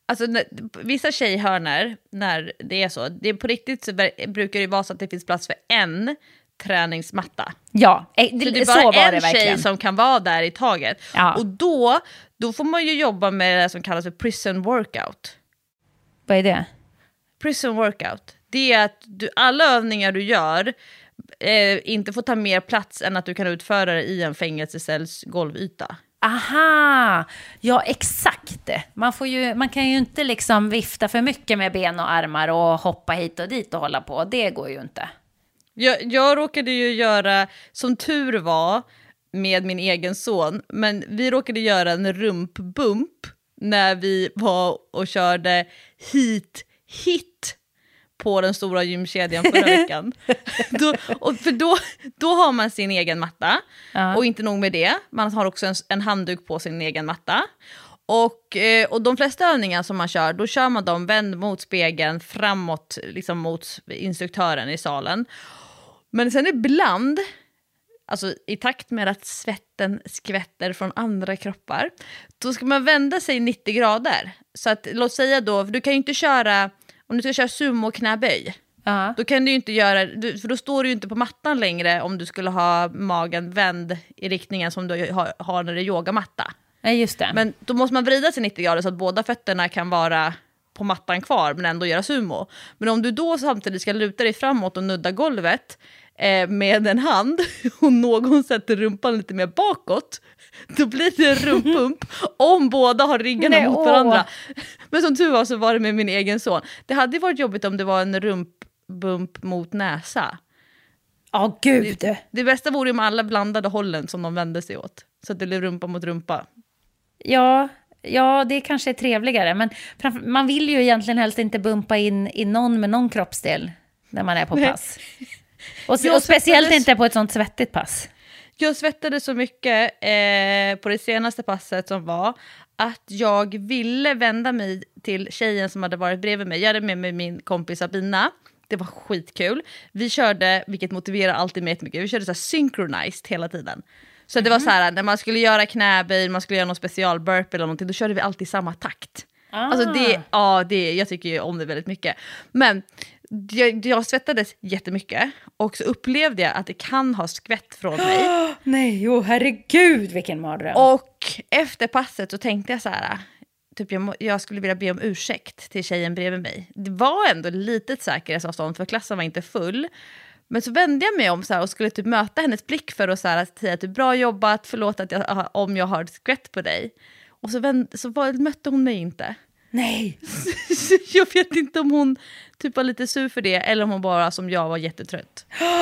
Alltså när, vissa tjejhörnor, när det är så, det är på riktigt så brukar det vara så att det finns plats för en träningsmatta. Ja, det, så det är bara så var en det verkligen. tjej som kan vara där i taget. Ja. Och då, då får man ju jobba med det som kallas för prison workout. Vad är det? Prison workout, det är att du, alla övningar du gör eh, inte får ta mer plats än att du kan utföra det i en fängelsecells golvyta. Aha, ja exakt. Man, får ju, man kan ju inte liksom vifta för mycket med ben och armar och hoppa hit och dit och hålla på. Det går ju inte. Jag, jag råkade ju göra, som tur var, med min egen son. Men vi råkade göra en rumpbump när vi var och körde hit, hit på den stora gymkedjan förra veckan. då, och för då, då har man sin egen matta. Ja. Och inte nog med det, man har också en, en handduk på sin egen matta. Och, eh, och de flesta övningar som man kör, då kör man dem vänd mot spegeln, framåt liksom mot instruktören i salen. Men sen ibland, alltså i takt med att svetten skvätter från andra kroppar, då ska man vända sig nittio grader. Så att, låt säga då, för du kan ju inte köra, om du ska köra sumo knäböj, uh-huh. då kan du ju inte göra, för då står du ju inte på mattan längre om du skulle ha magen vänd i riktningen som du har, har när du yogamatta. Ja, just det. Men då måste man vrida sig nittio grader så att båda fötterna kan vara på mattan kvar men ändå göra sumo. Men om du då samtidigt ska luta dig framåt och nudda golvet eh, med en hand och någon sätter rumpan lite mer bakåt, då blir det en rumpump om båda har ryggarna Nej, mot varandra. Åh. Men som tur var så var det med min egen son. Det hade ju varit jobbigt om det var en rumpbump mot näsa. Ja, oh, gud. Det, det bästa vore om alla blandade hållen som de vände sig åt. Så att det blev rumpa mot rumpa. Ja, ja, det kanske är trevligare. Men framför, man vill ju egentligen helst inte bumpa in i någon med någon kroppsdel när man är på pass. Och, och speciellt svettades, inte på ett sånt svettigt pass. Jag svettade så mycket eh, på det senaste passet som var att jag ville vända mig till tjejen som hade varit bredvid mig. Jag hade med mig min kompis Sabina. Det var skitkul. Vi körde, vilket motiverar alltid mig mycket, vi körde så här synchronized hela tiden. Så det var så här, när man skulle göra knäböj, man skulle göra någon special burp eller någonting, då körde vi alltid samma takt. Ah. Alltså det, ja, det, jag tycker ju om det väldigt mycket. Men jag, jag svettades jättemycket och så upplevde jag att det kan ha skvätt från mig. Oh, nej, jo, herregud, vilken mardröm. Och efter passet så tänkte jag så här, typ jag, må, jag skulle vilja be om ursäkt till tjejen bredvid mig. Det var ändå litet säkerhetsavstånd för klassen var inte full. Men så vände jag mig om så här och skulle typ möta hennes blick för att, så här, att säga att det är bra jobbat, förlåt att jag, om jag har skvätt på dig. Och så, vände, så var, mötte hon mig inte. Nej. Jag vet inte om hon typ var lite sur för det eller om hon bara som jag var jättetrött.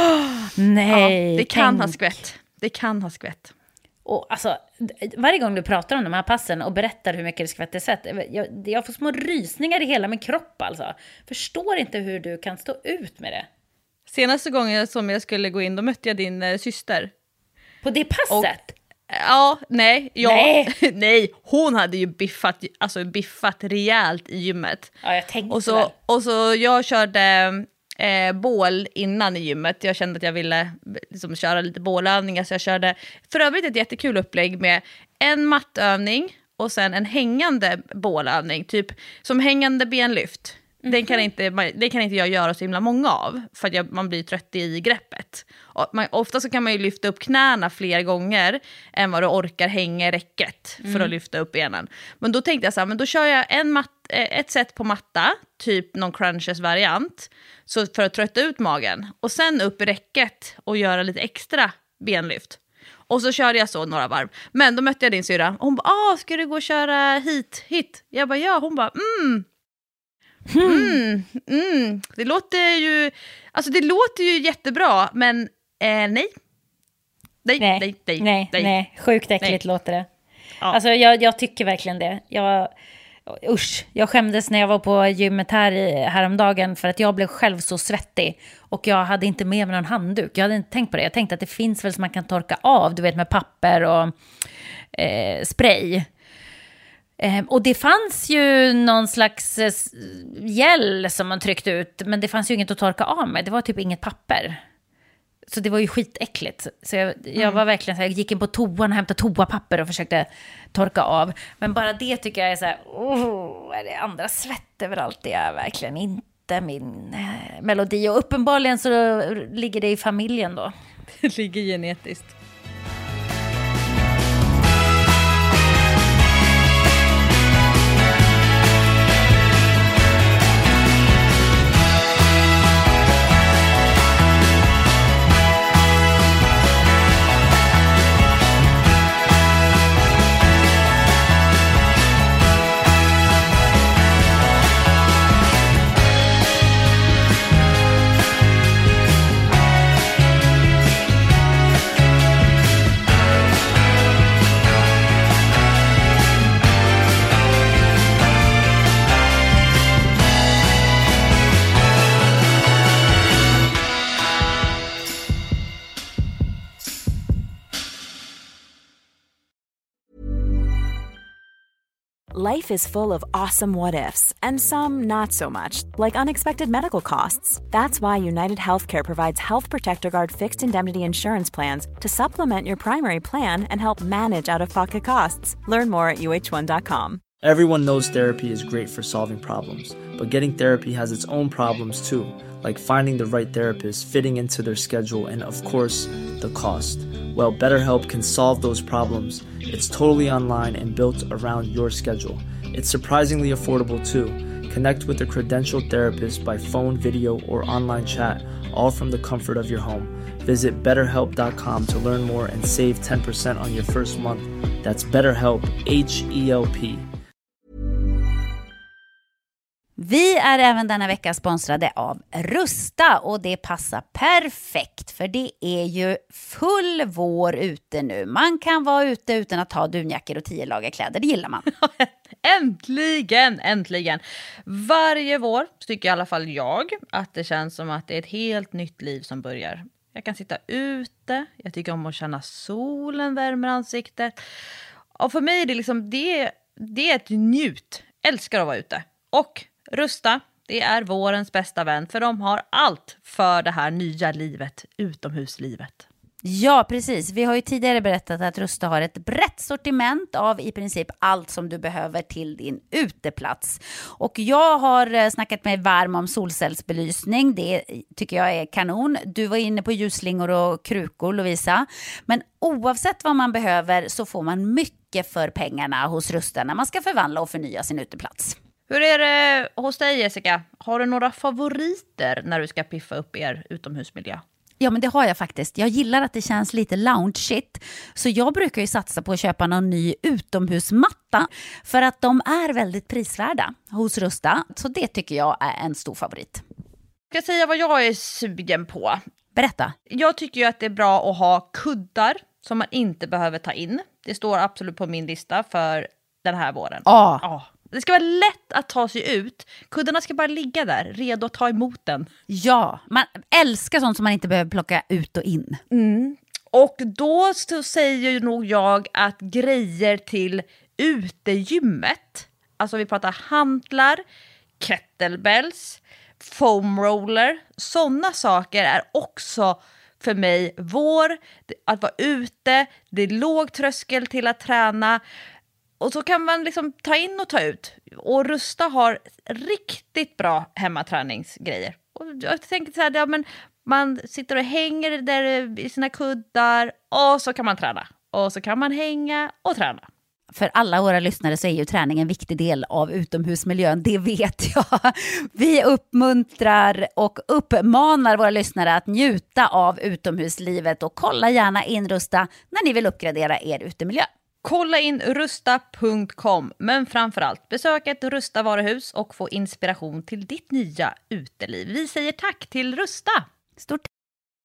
Nej. Ja, det kan tänk. ha skvätt. Det kan ha skvätt. Och alltså, varje gång du pratar om de här passen och berättar hur mycket det skvätter svett, jag, jag får små rysningar i hela min kropp alltså. Förstår inte hur du kan stå ut med det. Senaste gången som jag skulle gå in, då mötte jag din eh, syster. På det passet? Och, ja, nej, ja, nej. nej, hon hade ju biffat, alltså biffat rejält i gymmet. Ja, jag tänkte och så, och så jag körde eh, bål innan i gymmet. Jag kände att jag ville liksom, köra lite bålövningar, så jag körde för övrigt ett jättekul upplägg med en mattövning och sen en hängande bålövning, typ som hängande benlyft. Mm-hmm. Den kan inte, det kan inte jag göra så himla många av, för att jag, man blir trött i greppet. Och man, ofta så kan man ju lyfta upp knäna fler gånger än vad du orkar hänga i räcket för mm. att lyfta upp benen. Men då tänkte jag så här, men då kör jag en mat, ett set på matta, typ någon crunches variant, så för att trötta ut magen. Och sen upp i räcket och göra lite extra benlyft. Och så körde jag så några varv. Men då mötte jag din syra. Och hon bara, ah, ska du gå och köra hit, hit? Jag bara, ja. Hon bara, mm. Mm, mm. Det låter ju alltså det låter ju jättebra, men eh, nej. Nej, nej, nej, nej, nej, nej. nej. Sjukt äckligt nej. Låter det. Ja. Alltså jag, jag tycker verkligen det. Jag, usch, jag skämdes när jag var på gymmet här i, häromdagen för att jag blev själv så svettig och jag hade inte med mig någon handduk. Jag hade inte tänkt på det. Jag tänkte att det finns väl som man kan torka av, du vet, med papper och eh, spray. Eh, och det fanns ju någon slags eh, gel som man tryckte ut, men det fanns ju inget att torka av med. Det var typ inget papper. Så det var ju skitäckligt. Så jag, jag Mm. var verkligen så här, jag gick in på toan och hämtade toapapper och försökte torka av. Men bara det tycker jag är så här, åh, är det andra svett överallt? Det är verkligen inte min eh, melodi. Och uppenbarligen så ligger det i familjen då. Det ligger genetiskt. Life is full of awesome what-ifs, and some not so much, like unexpected medical costs. That's why United Healthcare provides Health Protector Guard fixed indemnity insurance plans to supplement your primary plan and help manage out-of-pocket costs. Learn more at U H one dot com. Everyone knows therapy is great for solving problems, but getting therapy has its own problems too, like finding the right therapist, fitting into their schedule, and of course, the cost. Well, BetterHelp can solve those problems. It's totally online and built around your schedule. It's surprisingly affordable too. Connect with a credentialed therapist by phone, video, or online chat, all from the comfort of your home. Visit better help dot com to learn more and save ten percent on your first month. That's BetterHelp, H E L P. Vi är även denna vecka sponsrade av Rusta och det passar perfekt för det är ju full vår ute nu. Man kan vara ute utan att ha dunjackor och tio lager kläder, det gillar man. Äntligen, äntligen. Varje vår tycker i alla fall jag att det känns som att det är ett helt nytt liv som börjar. Jag kan sitta ute, jag tycker om att känna solen värmer ansiktet. Och för mig är det liksom, det, det är ett njut. Älskar att vara ute. Och Rusta, det är vårens bästa vän för de har allt för det här nya livet, utomhuslivet. Ja, precis. Vi har ju tidigare berättat att Rusta har ett brett sortiment av i princip allt som du behöver till din uteplats. Och jag har snackat mig varm om solcellsbelysning. Det tycker jag är kanon. Du var inne på ljusslingor och krukor, Lovisa. Men oavsett vad man behöver så får man mycket för pengarna hos Rusta när man ska förvandla och förnya sin uteplats. Hur är det hos dig, Jessica? Har du några favoriter när du ska piffa upp er utomhusmiljö? Ja, men det har jag faktiskt. Jag gillar att det känns lite lounge-shit. Så jag brukar ju satsa på att köpa någon ny utomhusmatta. För att de är väldigt prisvärda hos Rusta. Så det tycker jag är en stor favorit. Jag ska säga vad jag är sugen på. Berätta. Jag tycker ju att det är bra att ha kuddar som man inte behöver ta in. Det står absolut på min lista för den här våren. Ja. Ja. Det ska vara lätt att ta sig ut. Kuddarna ska bara ligga där, redo att ta emot den. Ja, man älskar sånt som man inte behöver plocka ut och in. Mm. Och då så säger nog jag att grejer till utegymmet, alltså vi pratar hantlar, kettlebells, foam roller, sådana saker är också för mig vår. Att vara ute, det är låg tröskel till att träna. Och så kan man liksom ta in och ta ut. Och Rusta har riktigt bra hemmaträningsgrejer. Och jag tänker så här, ja, men man sitter och hänger där i sina kuddar och så kan man träna. Och så kan man hänga och träna. För alla våra lyssnare så är ju träning en viktig del av utomhusmiljön, det vet jag. Vi uppmuntrar och uppmanar våra lyssnare att njuta av utomhuslivet och kolla gärna in Rusta när ni vill uppgradera er utemiljö. Kolla in rusta punkt com, men framförallt besök ett Rusta varuhus och få inspiration till ditt nya uteliv. Vi säger tack till Rusta! Stort tack!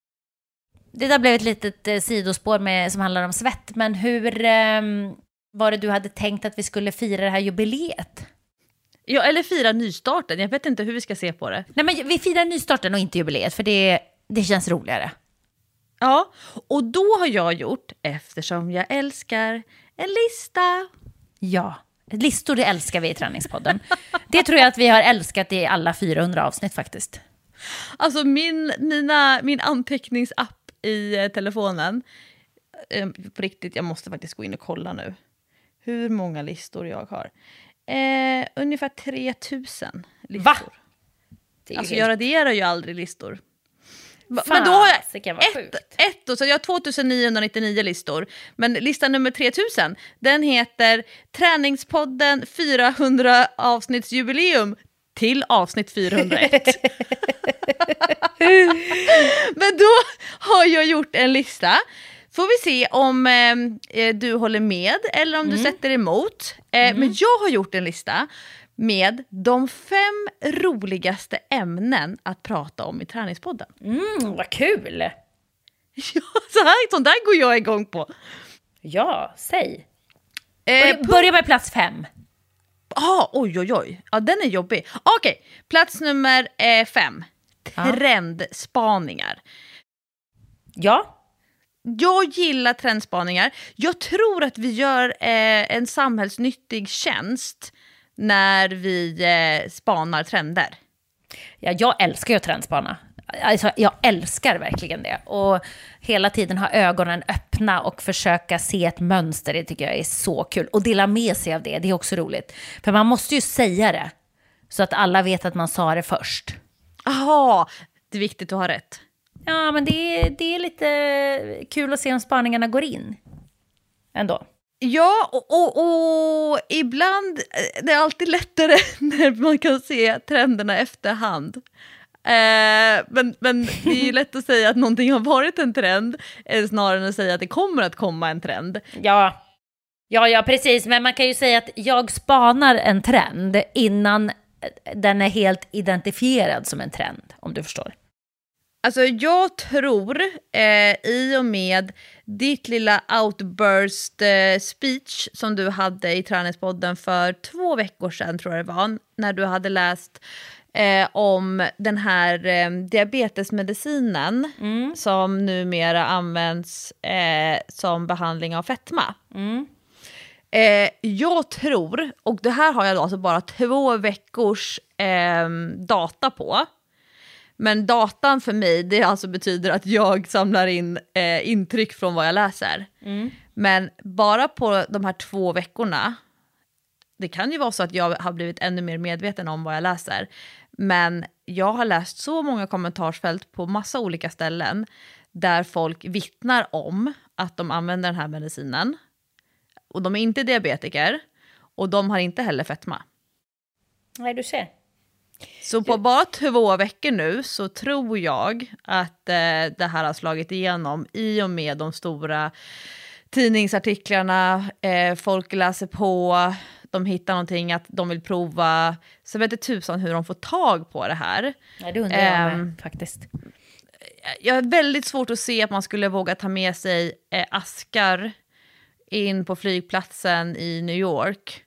Det där blev ett litet eh, sidospår med, som handlar om svett, men hur eh, var det du hade tänkt att vi skulle fira det här jubileet? Ja, eller fira nystarten, jag vet inte hur vi ska se på det. Nej, men vi firar nystarten och inte jubileet, för det, det känns roligare. Ja, och då har jag gjort, eftersom jag älskar en lista. Ja, listor det älskar vi i Träningspodden. Det tror jag att vi har älskat i alla fyrahundra avsnitt faktiskt. Alltså min, mina, min anteckningsapp i eh, telefonen. Eh, på riktigt, jag måste faktiskt gå in och kolla nu. Hur många listor jag har. Eh, ungefär tre tusen listor. Va? Det är ju Alltså helt... jag raderar ju aldrig listor. Fan, men då har jag det kan vara ett, sjukt. ett då, så jag har tjugoniohundranittionio listor. Men listan nummer tre tusen, den heter Träningspodden fyrahundra avsnittsjubileum till avsnitt fyrahundraett. Men då har jag gjort en lista. Får vi se om eh, du håller med eller om mm. du sätter emot. Eh, mm. Men jag har gjort en lista med de fem roligaste ämnen att prata om i Träningspodden. Mm, vad kul! Ja, så här, sånt där går jag igång på. Ja, säg. Eh, börja, på... börja med plats fem. Ah, oj, oj, oj. Ja, den är jobbig. Okej, okay. Plats nummer eh, fem. Trendspaningar. Ja. Jag gillar trendspaningar. Jag tror att vi gör eh, en samhällsnyttig tjänst när vi eh, spanar trender. Ja, jag älskar ju att trendspana. Alltså, jag älskar verkligen det. Och hela tiden ha ögonen öppna och försöka se ett mönster. Det tycker jag är så kul. Och dela med sig av det, det är också roligt. För man måste ju säga det. Så att alla vet att man sa det först. Jaha, det är viktigt att ha rätt. Ja, men det är, det är lite kul att se om spaningarna går in. Ändå. Ja, och, och, och ibland, det är alltid lättare när man kan se trenderna efterhand. Eh, men, men det är lätt att säga att någonting har varit en trend snarare än att säga att det kommer att komma en trend. Ja, ja, ja precis. Men man kan ju säga att jag spanar en trend innan den är helt identifierad som en trend, om du förstår. Alltså jag tror, eh, i och med ditt lilla outburst eh, speech som du hade i Träningspodden för två veckor sedan, tror jag det var, när du hade läst eh, om den här eh, diabetesmedicinen mm. som numera används eh, som behandling av fetma. Mm. Eh, jag tror, och det här har jag alltså bara två veckors eh, data på. Men datan för mig, det alltså betyder att jag samlar in eh, intryck från vad jag läser. Mm. Men bara på de här två veckorna, det kan ju vara så att jag har blivit ännu mer medveten om vad jag läser. Men jag har läst så många kommentarsfält på massa olika ställen där folk vittnar om att de använder den här medicinen. Och de är inte diabetiker och de har inte heller fetma. Nej, du ser. Så på bara två veckor nu så tror jag att eh, det här har slagit igenom i och med de stora tidningsartiklarna. Eh, folk läser på, de hittar någonting att de vill prova. Så vet inte tusan hur de får tag på det här. Nej, det undrar jag med, eh, faktiskt. Jag har väldigt svårt att se att man skulle våga ta med sig eh, askar in på flygplatsen i New York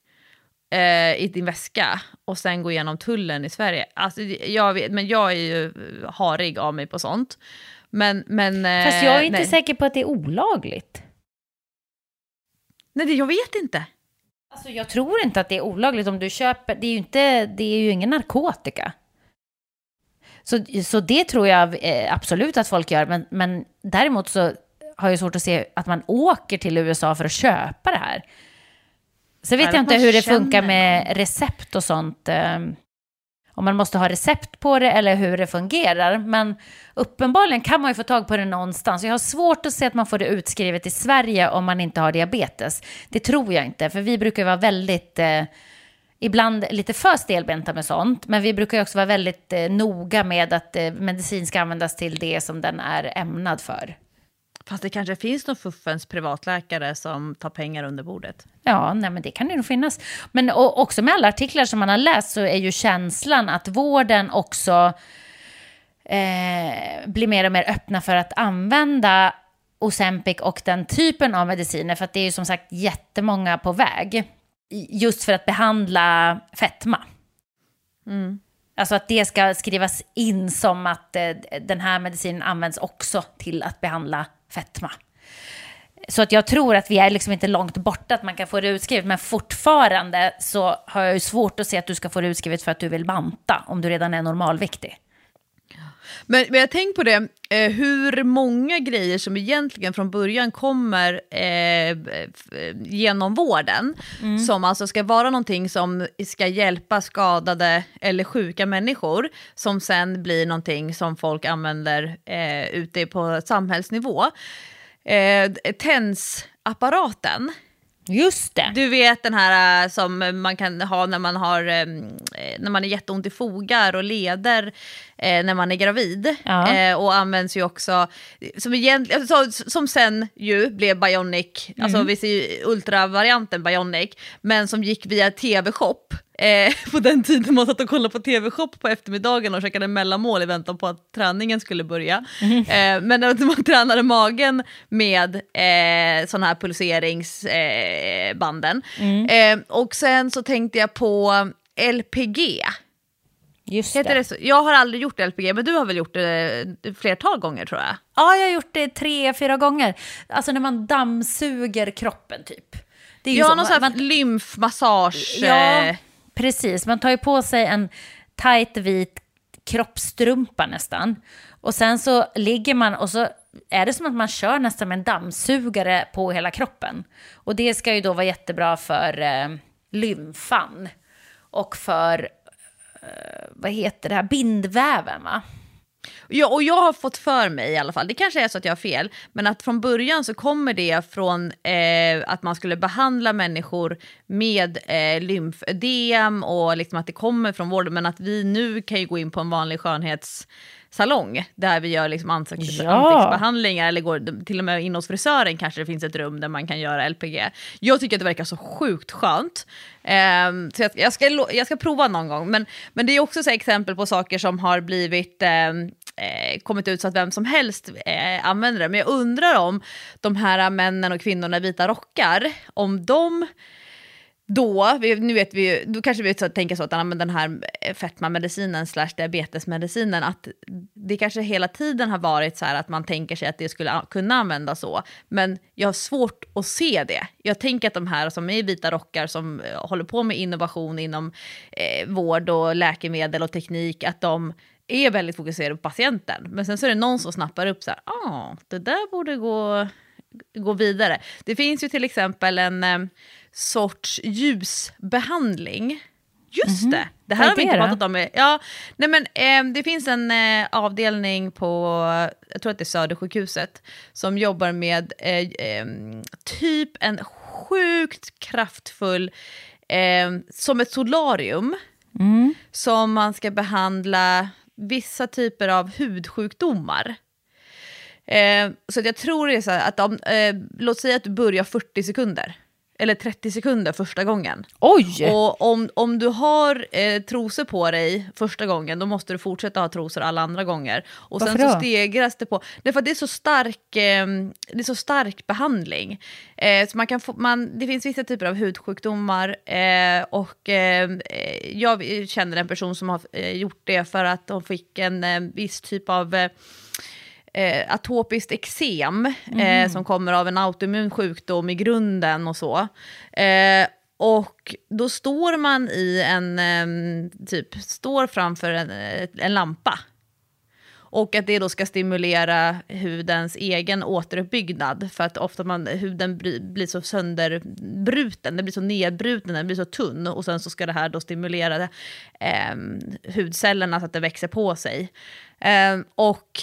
i din väska och sen gå igenom tullen i Sverige. Alltså, jag vet, men jag är ju harig av mig på sånt. Men, men, Fast jag är inte nej. säker på att det är olagligt. Nej, det, jag vet inte. Alltså, jag tror inte att det är olagligt om du köper. Det är ju, inte, det är ju ingen narkotika. Så, så det tror jag absolut att folk gör. Men, men däremot så har jag svårt att se att man åker till U S A för att köpa det här. Så vet jag inte hur det funkar med recept och sånt. Om man måste ha recept på det eller hur det fungerar. Men uppenbarligen kan man ju få tag på det någonstans. Jag har svårt att se att man får det utskrivet i Sverige om man inte har diabetes. Det tror jag inte, för vi brukar vara väldigt... Eh, ibland lite för stelbenta med sånt. Men vi brukar också vara väldigt eh, noga med att eh, medicin ska användas till det som den är ämnad för. Fast det kanske finns någon fuffens privatläkare som tar pengar under bordet. Ja, nej, men det kan det nog finnas. Men och, också med alla artiklar som man har läst så är ju känslan att vården också eh, blir mer och mer öppna för att använda Ozempic och den typen av mediciner. För att det är ju som sagt jättemånga på väg. Just för att behandla fetma. Mm. Alltså att det ska skrivas in som att eh, den här medicinen används också till att behandla fetma. Så att jag tror att vi är liksom inte långt borta att man kan få det utskrivet. Men fortfarande så har jag ju svårt att se att du ska få det utskrivet för att du vill banta om du redan är normalviktig. Men, men jag tänker på det, eh, hur många grejer som egentligen från början kommer eh, genom vården, mm. som alltså ska vara någonting som ska hjälpa skadade eller sjuka människor, som sen blir någonting som folk använder eh, ute på samhällsnivå. Eh, T E N S-apparaten. Just det. Du vet den här som man kan ha när man har när man är jätteont i fogar och leder när man är gravid, ja. Och används ju också som egentligen alltså, som sen ju blev Bionic, mm. alltså vi ser ju ultravarianten Bionic, men som gick via T V-shop. Eh, på den tiden man satt och kollade på T V-shop på eftermiddagen och käkade mellanmål i väntan på att träningen skulle börja. Mm. Eh, men när man tränade magen med eh, sådana här pulseringsbanden. Eh, mm. eh, och sen så tänkte jag på L P G. Just det. Det så? Jag har aldrig gjort L P G, men du har väl gjort det flertal gånger tror jag? Ja, jag har gjort det tre, fyra gånger. Alltså när man dammsuger kroppen typ. Det är ju ja, så, någon sån här man, lymfmassage. Ja, precis. Man tar ju på sig en tajt vit kroppstrumpa nästan. Och sen så ligger man och så är det som att man kör nästan med en dammsugare på hela kroppen. Och det ska ju då vara jättebra för eh, lymfan. Och för, eh, vad heter det här, bindväven va? Ja, och jag har fått för mig i alla fall, det kanske är så att jag har fel, men att från början så kommer det från eh, att man skulle behandla människor med eh, lymfödem och liksom att det kommer från vården, men att vi nu kan ju gå in på en vanlig skönhetssalong där vi gör liksom ansikts- ja. ansiktsbehandlingar eller går till och med in hos frisören, kanske det finns ett rum där man kan göra L P G. Jag tycker att det verkar så sjukt skönt. Um, så jag, jag, ska, jag ska prova någon gång, men, men det är också så exempel på saker som har blivit um, eh, kommit ut så att vem som helst eh, använder det. Men jag undrar om de här männen och kvinnorna i vita rockar, om de då, vi, nu vet vi då kanske vi så tänker så att men den här fetmamedicinen slash diabetesmedicinen, att det kanske hela tiden har varit så här att man tänker sig att det skulle kunna användas så, men jag har svårt att se det. Jag tänker att de här som är vita rockar som håller på med innovation inom eh, vård och läkemedel och teknik, att de är väldigt fokuserade på patienten, men sen så är det någon som snappar upp så här, ah, det där borde gå, gå vidare. Det finns ju till exempel en eh, sorts ljusbehandling. Just mm-hmm. det. Det här har vi inte pratat om. Ja, nej men eh, det finns en eh, avdelning på, jag tror att det är Södersjukhuset, som jobbar med eh, eh, typ en sjukt kraftfull eh, som ett solarium mm. som man ska behandla vissa typer av hudsjukdomar. Eh, så att jag tror det är så här att om, eh, låt säga att du börjar fyrtio sekunder eller trettio sekunder första gången. Oj! Och om, om du har eh, trosor på dig första gången, då måste du fortsätta ha trosor alla andra gånger. Och varför sen så då? stegras det på. Därför att det är så stark, eh, det är så stark behandling. Eh, så man kan få, man, det finns vissa typer av hudsjukdomar. Eh, och eh, jag känner en person som har eh, gjort det för att de fick en eh, viss typ av Eh, Eh, atopiskt eksem mm. eh, som kommer av en autoimmun sjukdom i grunden och så. Eh, och då står man i en eh, typ står framför en, en lampa. Och att det då ska stimulera hudens egen återuppbyggnad, för att ofta man, huden blir, blir så sönderbruten, den blir så nedbruten, den blir så tunn, och sen så ska det här då stimulera eh, hudcellerna så att det växer på sig. Eh, och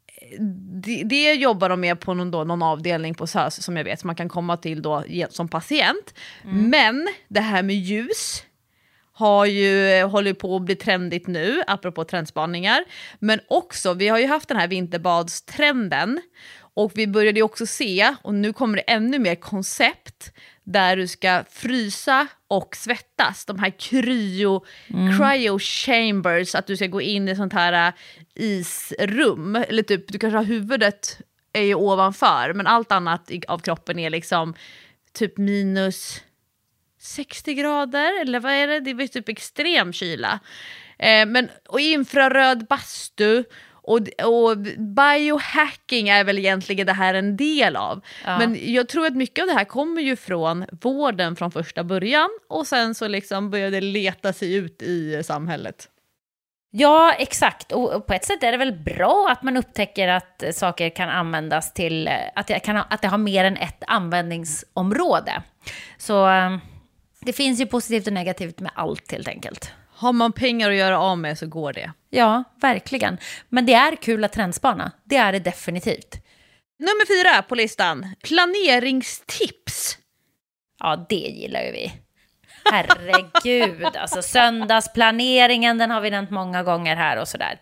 Det, det jobbar de med på någon, då, någon avdelning på S Ö S som jag vet, som man kan komma till då som patient. Mm. Men det här med ljus har ju, håller på att bli trendigt nu, apropå trendspaningar. Men också, vi har ju haft den här vinterbadstrenden, och vi började ju också se, och nu kommer det ännu mer koncept där du ska frysa och svettas. De här cryo, mm. cryo chambers, att du ska gå in i sånt här isrum. Eller typ, du kanske har huvudet är ju ovanför, men allt annat av kroppen är liksom typ minus sextio grader. Eller vad är det? Det är typ extrem kyla. Eh, men, och infraröd bastu. Och, och biohacking är väl egentligen det här en del av. Ja. Men jag tror att mycket av det här kommer ju från vården från första början. Och sen så liksom började det leta sig ut i samhället. Ja, exakt. Och på ett sätt är det väl bra att man upptäcker att saker kan användas till, att det, kan, att det har mer än ett användningsområde. Så det finns ju positivt och negativt med allt helt enkelt. Har man pengar att göra av med så går det. Ja, verkligen. Men det är kul att trendspana. Det är det definitivt. Nummer fyra på listan. Planeringstips. Ja, det gillar ju vi. Herregud, alltså söndagsplaneringen, den har vi nämnt många gånger här och sådär.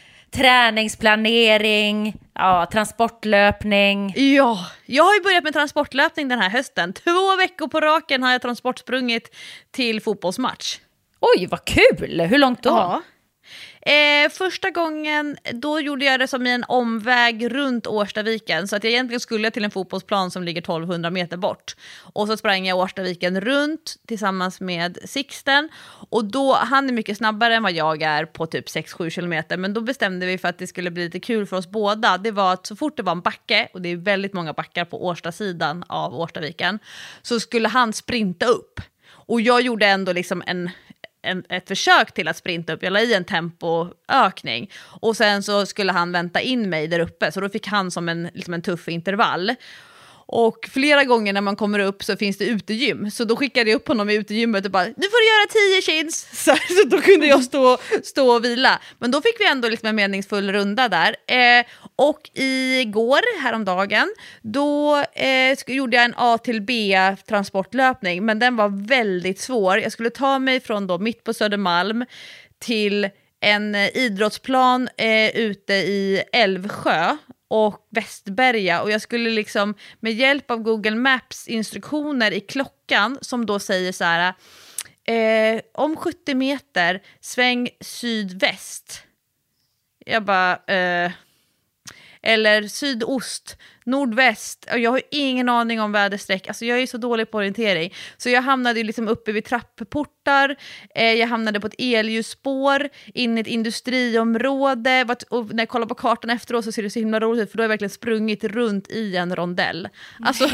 Träningsplanering, ja, transportlöpning. Ja, jag har ju börjat med transportlöpning den här hösten. Två veckor på raken har jag transportsprungit till fotbollsmatch. Oj, vad kul! Hur långt då? Ja. Eh, första gången då gjorde jag det som i en omväg runt Årstaviken, så att jag egentligen skulle till en fotbollsplan som ligger tolvhundra meter bort, och så sprang jag Årstaviken runt tillsammans med Sixten, och då, han är mycket snabbare än vad jag är på typ sex sju kilometer, men då bestämde vi för att det skulle bli lite kul för oss båda. Det var att så fort det var en backe, och det är väldigt många backar på Årstasidan av Årstaviken, så skulle han sprinta upp, och jag gjorde ändå liksom en En, ett försök till att sprinta upp. Jag la i en tempoökning. Och sen så skulle han vänta in mig där uppe. Så då fick han som en, liksom en tuff intervall. Och flera gånger när man kommer upp så finns det utegym. Så då skickade jag upp honom i utegymmet och bara, nu får du göra tio chins. Så, så då kunde jag stå, stå och vila. Men då fick vi ändå liksom en meningsfull runda där. Eh, och igår, häromdagen, då eh, gjorde jag en A till B transportlöpning. Men den var väldigt svår. Jag skulle ta mig från då mitt på Södermalm till en idrottsplan eh, ute i Älvsjö och Västberga, och jag skulle liksom med hjälp av Google Maps instruktioner i klockan som då säger så här, eh, om sjuttio meter sväng sydväst. Jag bara eh, eller sydost, nordväst, och jag har ingen aning om väderstreck. Alltså jag är så dålig på orientering. Så jag hamnade liksom uppe vid trappportar, eh, jag hamnade på ett elljusspår in i ett industriområde, och när jag kollar på kartan efteråt så ser det så himla roligt ut, för då har jag verkligen sprungit runt i en rondell. Alltså,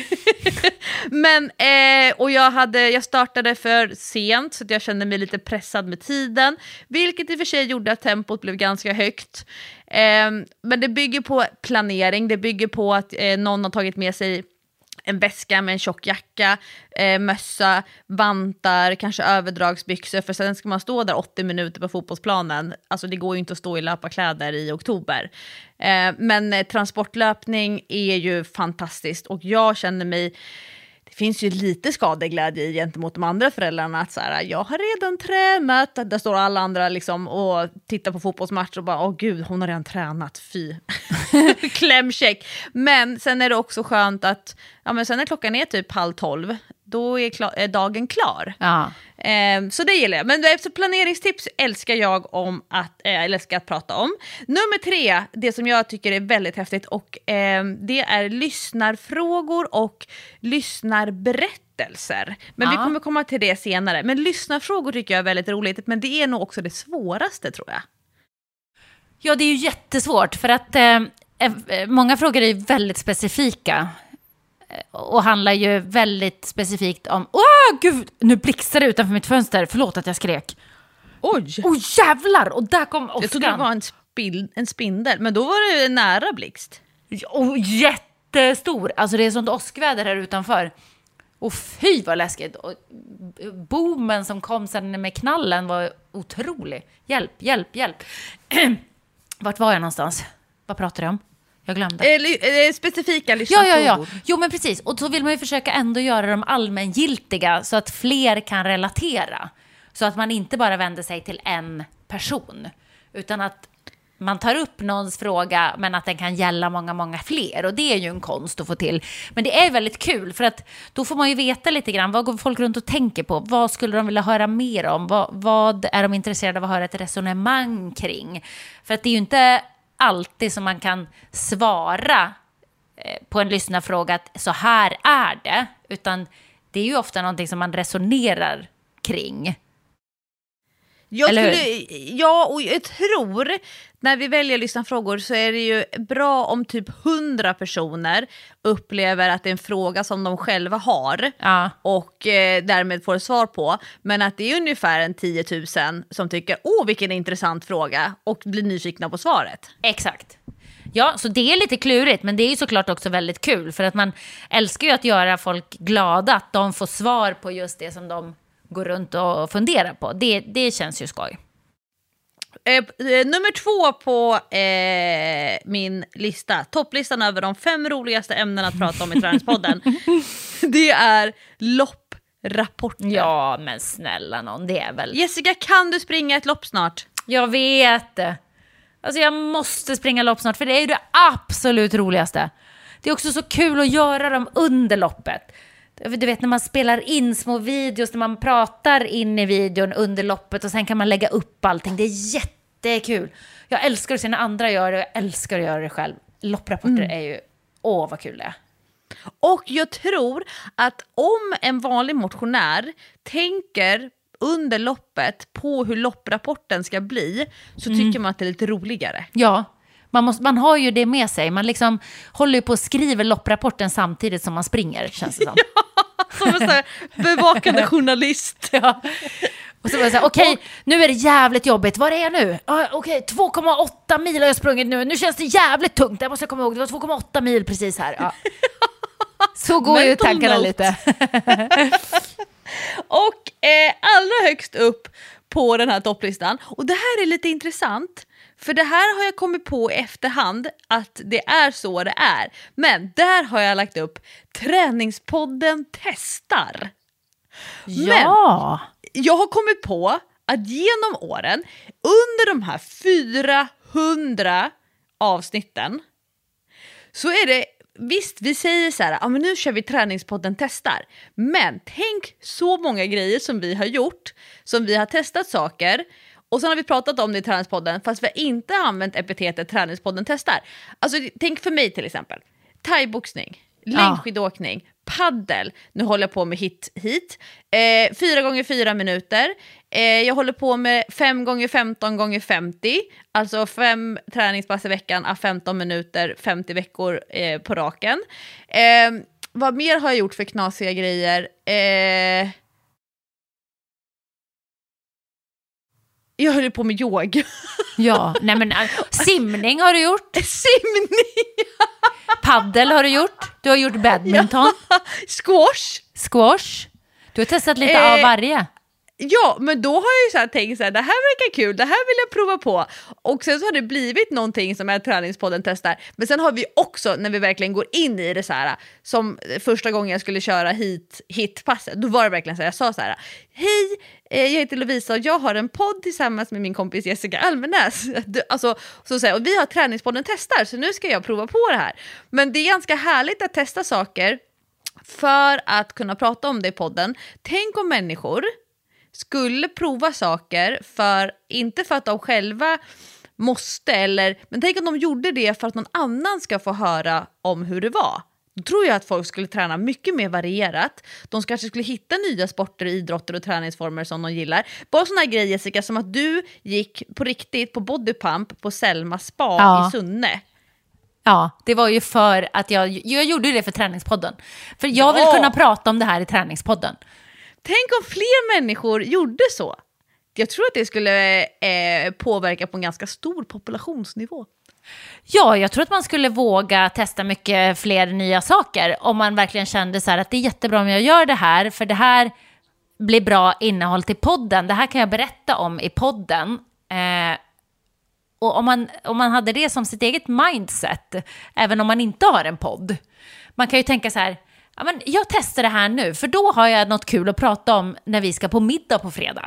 men, eh, och jag, hade, jag startade för sent, så att jag kände mig lite pressad med tiden, vilket i och för sig gjorde att tempot blev ganska högt. Eh, men det bygger på planering, det bygger på att eh, någon har tagit med sig en väska med en tjock jacka, eh, mössa, vantar, kanske överdragsbyxor, för sen ska man stå där åttio minuter på fotbollsplanen. Alltså det går ju inte att stå i löparkläder i oktober. Eh, men eh, transportlöpning är ju fantastiskt, och jag känner mig, det finns ju lite skadeglädje gentemot de andra föräldrarna, att så här, jag har redan tränat, där står alla andra liksom och tittar på fotbollsmatch och bara, åh gud, hon har redan tränat, fy. Klämcheck. Men sen är det också skönt att, ja men sen när klockan är typ halv tolv, då är, klar, är dagen klar. Ja. Eh, så det gillar jag. Men efter planeringstips älskar jag om att, eh, älskar att prata om. Nummer tre, det som jag tycker är väldigt häftigt, och eh, det är lyssnarfrågor och lyssnarberättelser. Men ja. vi kommer komma till det senare. Men lyssnarfrågor tycker jag är väldigt roligt, men det är nog också det svåraste, tror jag. Ja, det är ju jättesvårt, för att eh, många frågor är ju väldigt specifika. Och handlar ju väldigt specifikt om, åh gud, nu blixtrar det utanför mitt fönster, förlåt att jag skrek. Oj! Åh jävlar, och där kom åskan. Jag trodde det var en, spil- en spindel, men då var det nära blixt. Och jättestor, alltså det är sånt åskväder här utanför. Och fy vad läskigt. Och boomen som kom sen med knallen var otrolig. Hjälp, hjälp, hjälp. Vart var jag någonstans? Vad pratar du om? Jag glömde. Eh, specifika lyssnarfrågor. Ja, ja, ja. Jo, men precis. Och så vill man ju försöka ändå göra dem allmängiltiga så att fler kan relatera. Så att man inte bara vänder sig till en person. Utan att man tar upp någons fråga, men att den kan gälla många, många fler. Och det är ju en konst att få till. Men det är väldigt kul, för att då får man ju veta lite grann. Vad går folk runt och tänker på? Vad skulle de vilja höra mer om? Vad, vad är de intresserade av att höra ett resonemang kring? För att det är ju inte alltid som man kan svara på en lyssnarfråga att så här är det, utan det är ju ofta någonting som man resonerar kring. Jag Eller skulle, ja, och jag tror när vi väljer lyssnarfrågor så är det ju bra om typ hundra personer upplever att det är en fråga som de själva har Ja. och eh, därmed får svar på. Men att det är ungefär en tio tusen som tycker åh vilken intressant fråga och blir nyfikna på svaret. Exakt. Ja, så det är lite klurigt, men det är ju såklart också väldigt kul. För att man älskar ju att göra folk glada, att de får svar på just det som de går runt och funderar på. Det, det känns ju skoj. Eh, eh, nummer två på eh, min lista, topplistan över de fem roligaste ämnena att prata om i Träningspodden, det är lopprapporter. Ja, men snälla någon, det är väl... Jessica, kan du springa ett lopp snart? Jag vet. Alltså jag måste springa lopp snart, för det är ju det absolut roligaste. Det är också så kul att göra dem under loppet. Du vet när man spelar in små videos, när man pratar in i videon under loppet och sen kan man lägga upp allting. Det är jättekul. Jag älskar att se när andra gör det och jag älskar att göra det själv. Lopprapporter mm. är ju, åh vad kul det är. Och jag tror att om en vanlig motionär tänker under loppet på hur lopprapporten ska bli så tycker mm. man att det är lite roligare. Ja, man, måste, man har ju det med sig. Man liksom håller ju på och skriver lopprapporten samtidigt som man springer, känns det som. Ja, som en sån här bevakande journalist. Ja. Och så var det så här, okej, okay, nu är det jävligt jobbigt. Var är jag nu? Ah, okej, okay, två komma åtta mil har jag sprungit nu. Nu känns det jävligt tungt. Jag måste komma ihåg, det var två komma åtta mil precis här. Ja. Så går ju tankarna note. Lite. Och eh, allra högst upp på den här topplistan, och det här är lite intressant, för det här har jag kommit på i efterhand att det är så det är. Men där har jag lagt upp Träningspodden testar. Ja. Men jag har kommit på att genom åren, under de här fyrahundra avsnitten, så är det, visst vi säger så här, ja men nu kör vi Träningspodden testar. Men tänk så många grejer som vi har gjort, som vi har testat saker. Och sen har vi pratat om det i Träningspodden, fast vi har inte använt epitetet Träningspodden testar. Alltså tänk för mig till exempel, thaiboxning, längdskidåkning, paddel, nu håller jag på med hit hit, eh, fyra gånger fyra minuter, eh, jag håller på med fem gånger femton gånger femtio, alltså fem träningspass i veckan av femton minuter, femtio veckor eh, på raken. Eh, vad mer har jag gjort för knasiga grejer? Eh, jag höll på med yoga. Ja, nej men simning har du gjort. Simning! Paddel har du gjort. Du har gjort badminton. Ja, squash. Squash. Du har testat lite eh, av varje. Ja, men då har jag ju så här tänkt så här, det här verkar kul, det här vill jag prova på. Och sen så har det blivit någonting som är Träningspodden testar. Men sen har vi också, när vi verkligen går in i det så här, som första gången jag skulle köra hit, hitpasset, då var det verkligen så här, jag sa så här, hej, jag heter Lovisa och jag har en podd tillsammans med min kompis Jessica Almenäs. Alltså, så säger, och vi har Träningspodden testar, så nu ska jag prova på det här. Men det är ganska härligt att testa saker för att kunna prata om det i podden. Tänk om människor skulle prova saker för, inte för att de själva måste, eller, men tänk om de gjorde det för att någon annan ska få höra om hur det var. Då tror jag att folk skulle träna mycket mer varierat. De kanske skulle hitta nya sporter, idrotter och träningsformer som de gillar. Bara såna här grejer, Jessica, som att du gick på riktigt på bodypump på Selma spa ja. i Sunne. Ja, det var ju för att jag, jag gjorde det för Träningspodden. För jag vill ja. kunna prata om det här i Träningspodden. Tänk om fler människor gjorde så. Jag tror att det skulle eh, påverka på en ganska stor populationsnivå. Ja, jag tror att man skulle våga testa mycket fler nya saker. Om man verkligen kände så här att det är jättebra om jag gör det här. För det här blir bra innehåll till podden. Det här kan jag berätta om i podden. Eh, och om man, om man hade det som sitt eget mindset, även om man inte har en podd. Man kan ju tänka så här, ja, men jag testar det här nu, för då har jag något kul att prata om när vi ska på middag på fredag.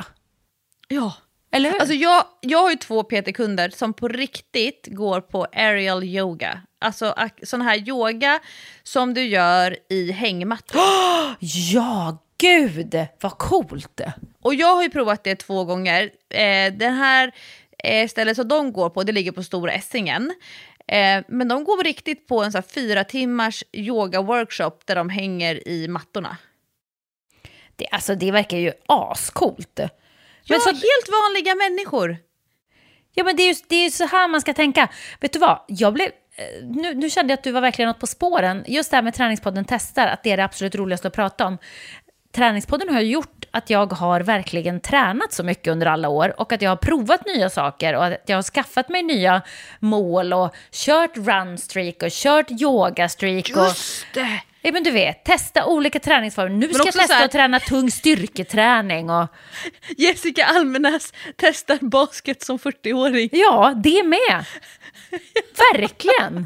Ja. Eller hur? Alltså jag, jag har ju två P T-kunder som på riktigt går på aerial yoga. Alltså sån här yoga som du gör i hängmattor. Oh, ja, gud, vad coolt. Och jag har ju provat det två gånger. Eh, den här eh, stället som de går på, det ligger på Stora Essingen. Eh, men de går riktigt på en så här fyra timmars yoga-workshop där de hänger i mattorna. Det, alltså, det verkar ju ascoolt. Men så så, helt vanliga människor. ja, men det är ju det är ju så här man ska tänka. Vet du vad? Jag blev... Nu, nu kände jag att du var verkligen något på spåren. Just det här med Träningspodden testar, att det är det absolut roligaste att prata om. Träningspodden har gjort att jag har verkligen tränat så mycket under alla år och att jag har provat nya saker och att jag har skaffat mig nya mål och kört runstreak och kört yogastreak. Just det! Ja, men du vet, testa olika träningsformer. Nu ska jag testa här... att träna tung styrketräning. Och... Jessica Almenäs testar basket som fyrtioåring. Ja, det med. Verkligen.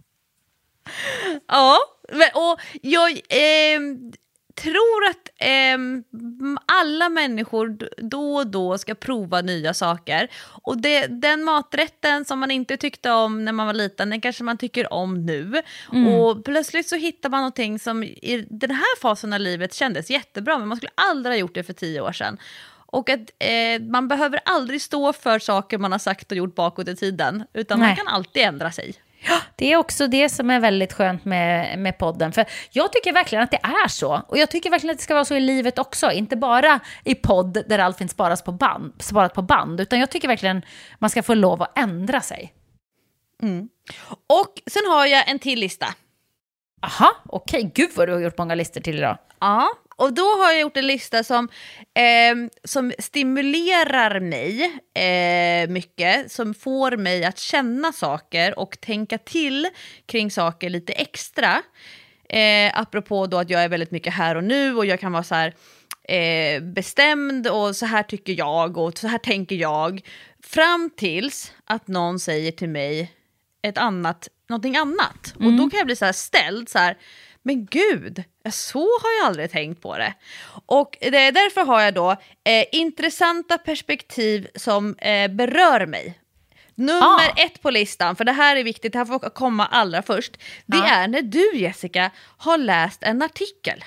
Ja, och jag eh, tror att eh, alla människor då och då ska prova nya saker. Och det, den maträtten som man inte tyckte om när man var liten, den kanske man tycker om nu. Mm. Och plötsligt så hittar man någonting som i den här fasen av livet kändes jättebra, men man skulle aldrig ha gjort det för tio år sedan. Och att eh, man behöver aldrig stå för saker man har sagt och gjort bakåt i tiden, utan Nej. man kan alltid ändra sig. Ja, det är också det som är väldigt skönt med, med podden. För jag tycker verkligen att det är så. Och jag tycker verkligen att det ska vara så i livet också. Inte bara i podd där allt finns sparas på band, sparat på band. Utan jag tycker verkligen man ska få lov att ändra sig. Mm. Och sen har jag en till lista. Aha, okej. Okay. Gud vad du har gjort många listor till idag. Ja, och då har jag gjort en lista som, eh, som stimulerar mig eh, mycket. Som får mig att känna saker och tänka till kring saker lite extra. Eh, apropå då att jag är väldigt mycket här och nu och jag kan vara så här eh, bestämd och så här tycker jag och så här tänker jag. Fram tills att någon säger till mig ett annat, någonting annat. Mm. Och då kan jag bli så här ställd så här, men gud, så har jag aldrig tänkt på det. Och det, därför har jag då eh, intressanta perspektiv som eh, berör mig. Nummer ah. ett på listan, för det här är viktigt, det här får komma allra först. Det ah. är när du, Jessica, har läst en artikel.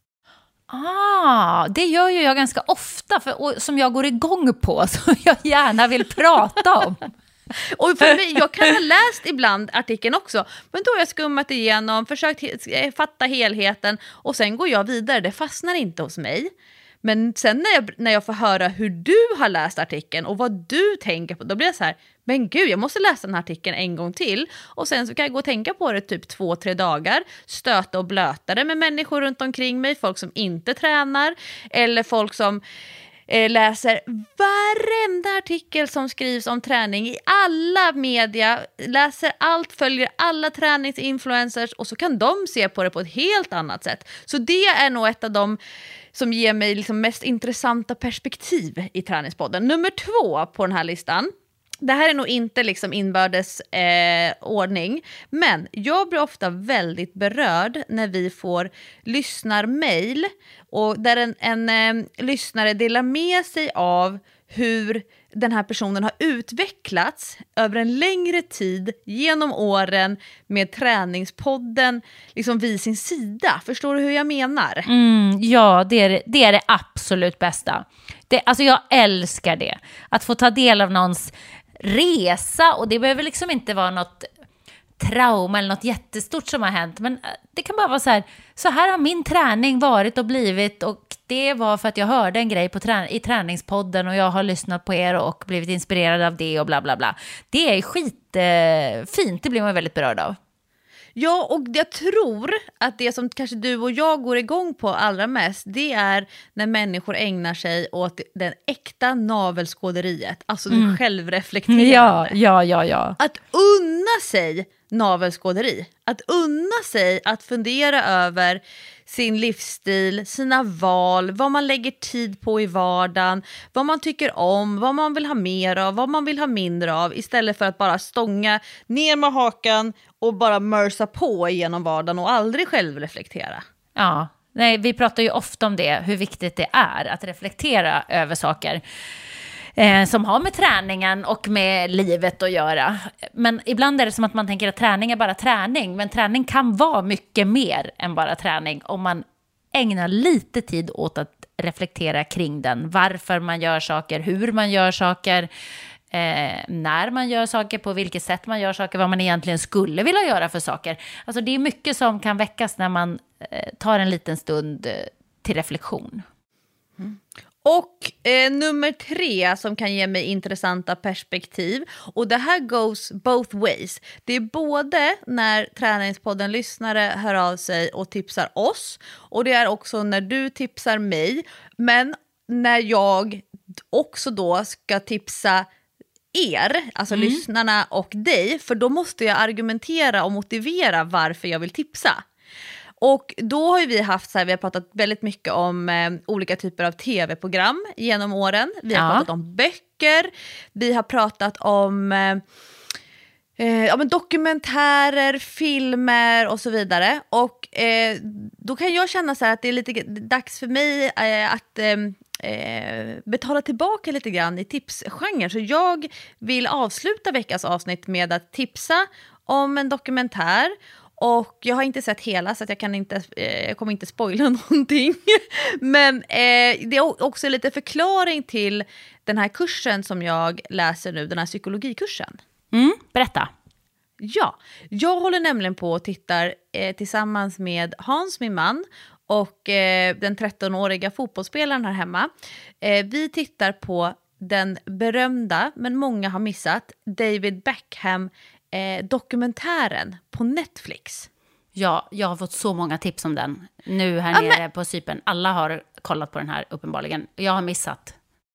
Ah, det gör ju jag ganska ofta, för, och, som jag går igång på, som jag gärna vill prata om. Och för mig, jag kan ha läst ibland artikeln också, men då har jag skummat igenom, försökt he- fatta helheten och sen går jag vidare, det fastnar inte hos mig. Men sen när jag, när jag får höra hur du har läst artikeln och vad du tänker på, då blir jag så här, men gud, jag måste läsa den här artikeln en gång till. Och sen så kan jag gå och tänka på det typ två, tre dagar, stöta och blöta det med människor runt omkring mig, folk som inte tränar eller folk som eh, läser varenda artikel som skrivs om träning i alla media, läser allt, följer alla träningsinfluencers och så kan de se på det på ett helt annat sätt. Så det är nog ett av de som ger mig liksom mest intressanta perspektiv i Träningspodden. Nummer två på den här listan. Det här är nog inte liksom inbördes eh, ordning, men jag blir ofta väldigt berörd när vi får lyssnarmail och där en, en eh, lyssnare delar med sig av hur den här personen har utvecklats över en längre tid genom åren med Träningspodden liksom vid sin sida. Förstår du hur jag menar? Mm, ja, det är det, är det absolut bästa. Det, alltså jag älskar det. Att få ta del av någons resa, och det behöver liksom inte vara något trauma eller något jättestort som har hänt, men det kan bara vara så här, så här har min träning varit och blivit, och det var för att jag hörde en grej på trä- i Träningspodden och jag har lyssnat på er och blivit inspirerad av det och bla bla bla. Det är skitfint, det blir man väldigt berörd av. Ja, och jag tror att det som kanske du och jag går igång på allra mest, det är när människor ägnar sig åt den äkta navelskåderiet, alltså det mm. självreflekterande. Ja, ja, ja, ja. Att unna sig navelskåderi, att unna sig att fundera över sin livsstil, sina val, vad man lägger tid på i vardagen, vad man tycker om, vad man vill ha mer av, vad man vill ha mindre av, istället för att bara stånga ner med hakan och bara mörsa på genom vardagen och aldrig självreflektera. Ja, nej, vi pratar ju ofta om det, hur viktigt det är att reflektera över saker eh, som har med träningen och med livet att göra. Men ibland är det som att man tänker att träning är bara träning, men träning kan vara mycket mer än bara träning om man ägnar lite tid åt att reflektera kring den. Varför man gör saker, hur man gör saker, Eh, när man gör saker, på vilket sätt man gör saker, vad man egentligen skulle vilja göra för saker. Alltså det är mycket som kan väckas när man eh, tar en liten stund eh, till reflektion. Mm. Och eh, nummer tre som kan ge mig intressanta perspektiv. Och det här goes both ways. Det är både när Träningspodden lyssnare hör av sig och tipsar oss. Och det är också när du tipsar mig. Men när jag också då ska tipsa er, alltså mm. lyssnarna och dig. För då måste jag argumentera och motivera varför jag vill tipsa. Och då har ju vi haft så här, vi har pratat väldigt mycket om eh, olika typer av tv-program genom åren. Vi har ja. pratat om böcker, vi har pratat om eh, eh, ja, men dokumentärer, filmer och så vidare. Och eh, då kan jag känna så här att det är lite dags för mig eh, att eh, eh, betala tillbaka lite grann i tipsgenren. Så jag vill avsluta veckans avsnitt med att tipsa om en dokumentär. Och jag har inte sett hela så att jag kan inte, eh, jag kommer inte spoila någonting. Men eh, det är också lite förklaring till den här kursen som jag läser nu, den här psykologikursen. Mm, berätta. Ja, jag håller nämligen på och tittar eh, tillsammans med Hans, min man, och eh, den trettonåriga fotbollsspelaren här hemma. Eh, vi tittar på den berömda, men många har missat, David Beckham Eh, dokumentären på Netflix. Ja, jag har fått så många tips om den. Nu här ja, nere men... på Cypern. Alla har kollat på den här uppenbarligen. Jag har missat.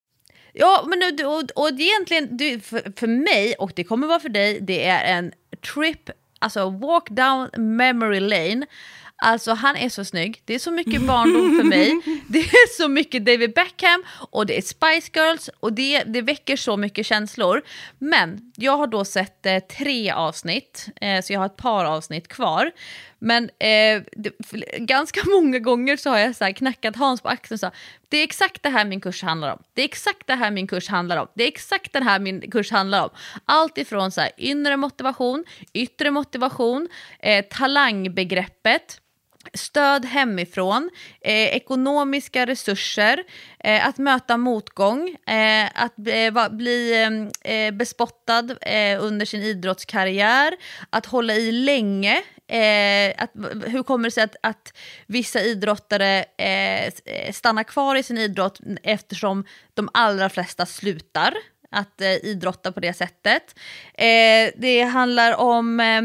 Ja, men nu, och, och egentligen du, för, för mig, och det kommer vara för dig, det är en trip, alltså walk down memory lane. Alltså han är så snygg. Det är så mycket barndom för mig. Det är så mycket David Beckham och det är Spice Girls och det, det väcker så mycket känslor. Men jag har då sett eh, tre avsnitt, eh, så jag har ett par avsnitt kvar. Men eh, det, ganska många gånger så har jag så här knackat Hans på axeln och så. Det är exakt det här min kurs handlar om. Det är exakt det här min kurs handlar om. Det är exakt det här min kurs handlar om. Allt ifrån så här inre motivation, yttre motivation, eh, talangbegreppet, stöd hemifrån, eh, ekonomiska resurser, eh, att möta motgång, eh, att eh, va, bli eh, bespottad eh, under sin idrottskarriär, att hålla i länge, eh, att, hur kommer det sig att, att vissa idrottare eh, stannar kvar i sin idrott eftersom de allra flesta slutar att eh, idrotta på det sättet. Eh, det handlar om eh,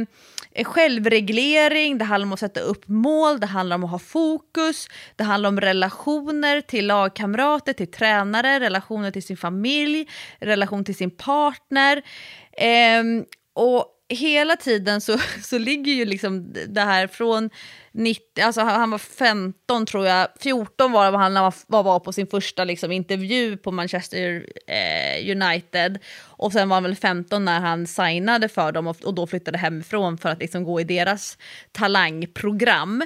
självreglering, det handlar om att sätta upp mål, det handlar om att ha fokus, det handlar om relationer till lagkamrater, till tränare, relationer till sin familj, relation till sin partner. Eh, och hela tiden så, så ligger ju liksom det här från nittio, alltså han var femton tror jag, fjorton var han när han var, var på sin första liksom intervju på Manchester eh, United, och sen var han väl femton när han signade för dem och, och då flyttade hemifrån för att liksom gå i deras talangprogram.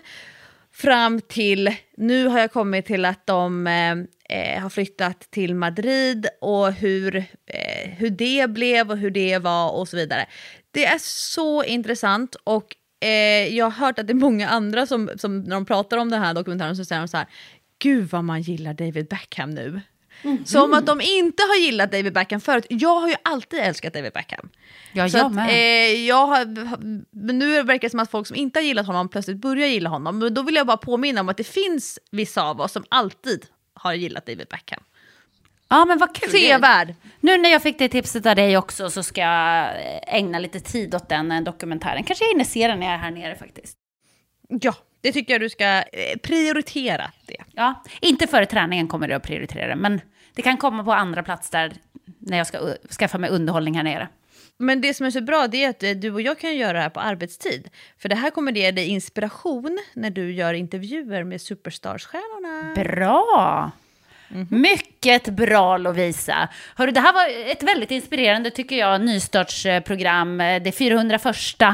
Fram till nu har jag kommit till att de eh, har flyttat till Madrid och hur, eh, hur det blev och hur det var och så vidare. Det är så intressant och eh, jag har hört att det är många andra som, som när de pratar om den här dokumentären så säger de så här: gud vad man gillar David Beckham nu. Mm-hmm. Som att de inte har gillat David Beckham förut. Jag har ju alltid älskat David Beckham. Ja, så jag att, med. Eh, jag har, men nu verkar det som att folk som inte har gillat honom plötsligt börjar gilla honom. Men då vill jag bara påminna om att det finns vissa av oss som alltid har gillat David Beckham. Ja, men vad kul. Sevärd. Nu när jag fick det tipset av dig också så ska jag ägna lite tid åt den dokumentären. Kanske jag hinner se den när jag är här nere faktiskt. Ja, det tycker jag du ska prioritera det. Ja, inte före träningen kommer du att prioritera det, men det kan komma på andra plats där när jag ska skaffa mig underhållning här nere. Men det som är så bra det är att du och jag kan göra det här på arbetstid. För det här kommer ge dig inspiration när du gör intervjuer med superstarsstjärnorna. Bra! Mm-hmm. Mycket bra, Lovisa. Hörru, det här var ett väldigt inspirerande, tycker jag, nystartsprogram. Det fyrahundraförsta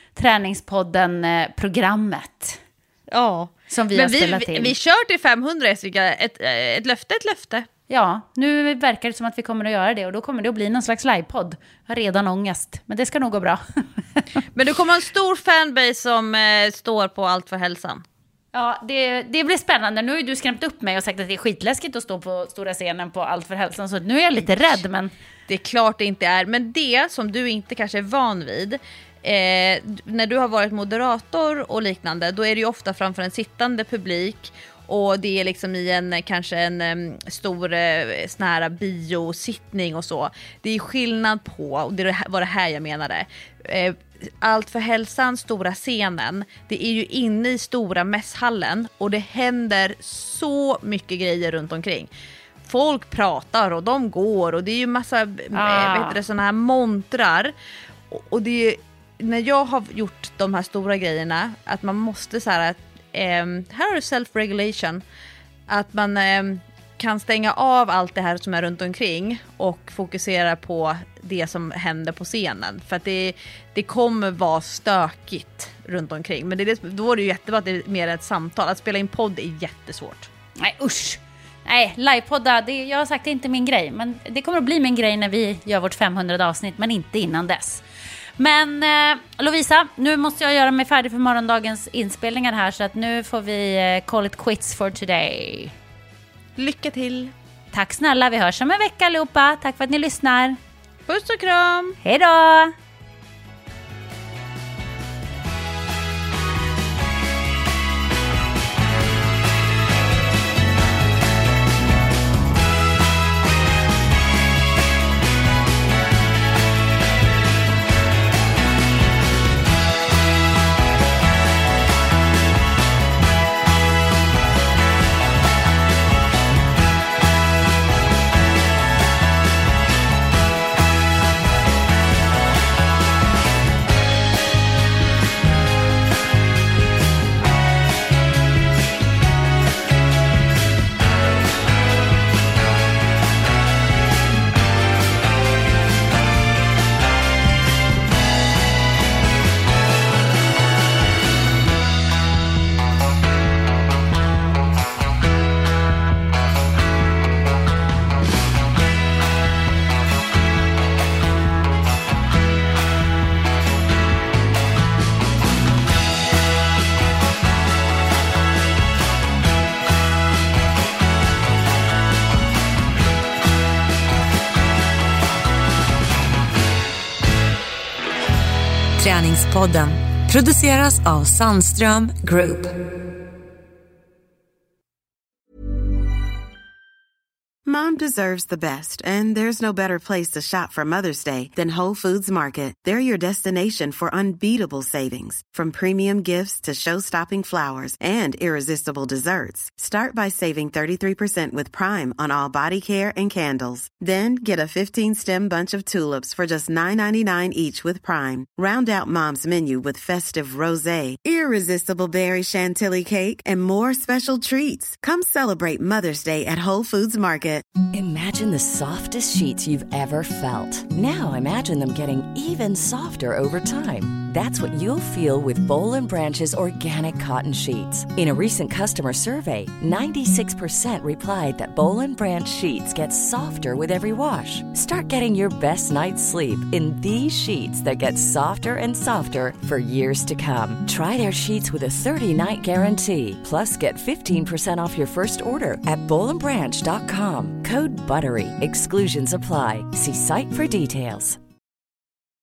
Träningspodden-programmet. Ja, som vi men har spelat vi, in. Vi, vi kör till femhundra, Jessica. Ett, ett löfte, ett löfte. Ja, nu verkar det som att vi kommer att göra det. Och då kommer det att bli någon slags livepodd. Jag har redan ångest, men det ska nog gå bra. Men du kommer ha en stor fanbase som eh, står på Allt för hälsan. Ja, det, det blir spännande. Nu har ju du skrämt upp mig och sagt att det är skitläskigt att stå på stora scenen på Allt för hälsan. Så nu är jag lite rädd, men... Det är klart det inte är. Men det som du inte kanske är van vid... Eh, när du har varit moderator och liknande, då är det ju ofta framför en sittande publik. och det är liksom i en kanske en um, stor uh, sån här biosittning och så. Det är skillnad på, och det var det här jag menade, uh, Allt för hälsan, stora scenen, det är ju inne i stora mässhallen och det händer så mycket grejer runt omkring. Folk pratar och de går och det är ju massa ah. vet du, såna här montrar, och, och det är, när jag har gjort de här stora grejerna, att man måste så här, eh, här är self-regulation, att man eh, kan stänga av allt det här som är runt omkring och fokusera på det som händer på scenen, för att det, det kommer vara stökigt runt omkring, men det är, då är det ju jättebra att det är mer ett samtal. Att spela in podd är jättesvårt. Nej usch, nej livepodda, det, jag har sagt det är inte min grej, men det kommer att bli min grej när vi gör vårt femhundrade avsnitt, men inte innan dess. Men eh, Lovisa, nu måste jag göra mig färdig för morgondagens inspelningar här, så att nu får vi eh, call it quits for today. Lycka till. Tack snälla, vi hörs om en vecka allihopa. Tack för att ni lyssnar. Puss och kram. Hej då! Träningspodden produceras av Sandström Group. Mom deserves the best, and there's no better place to shop for Mother's Day than Whole Foods Market. They're your destination for unbeatable savings, from premium gifts to show-stopping flowers and irresistible desserts. Start by saving thirty-three percent with Prime on all body care and candles. Then get a fifteen-stem bunch of tulips for just nine ninety-nine each with Prime. Round out Mom's menu with festive rosé, irresistible berry chantilly cake, and more special treats. Come celebrate Mother's Day at Whole Foods Market. Imagine the softest sheets you've ever felt. Now imagine them getting even softer over time. That's what you'll feel with Boll and Branch's organic cotton sheets. In a recent customer survey, ninety-six percent replied that Boll and Branch sheets get softer with every wash. Start getting your best night's sleep in these sheets that get softer and softer for years to come. Try their sheets with a thirty-night guarantee. Plus, get fifteen percent off your first order at boll and branch dot com. Code BUTTERY. Exclusions apply. See site for details.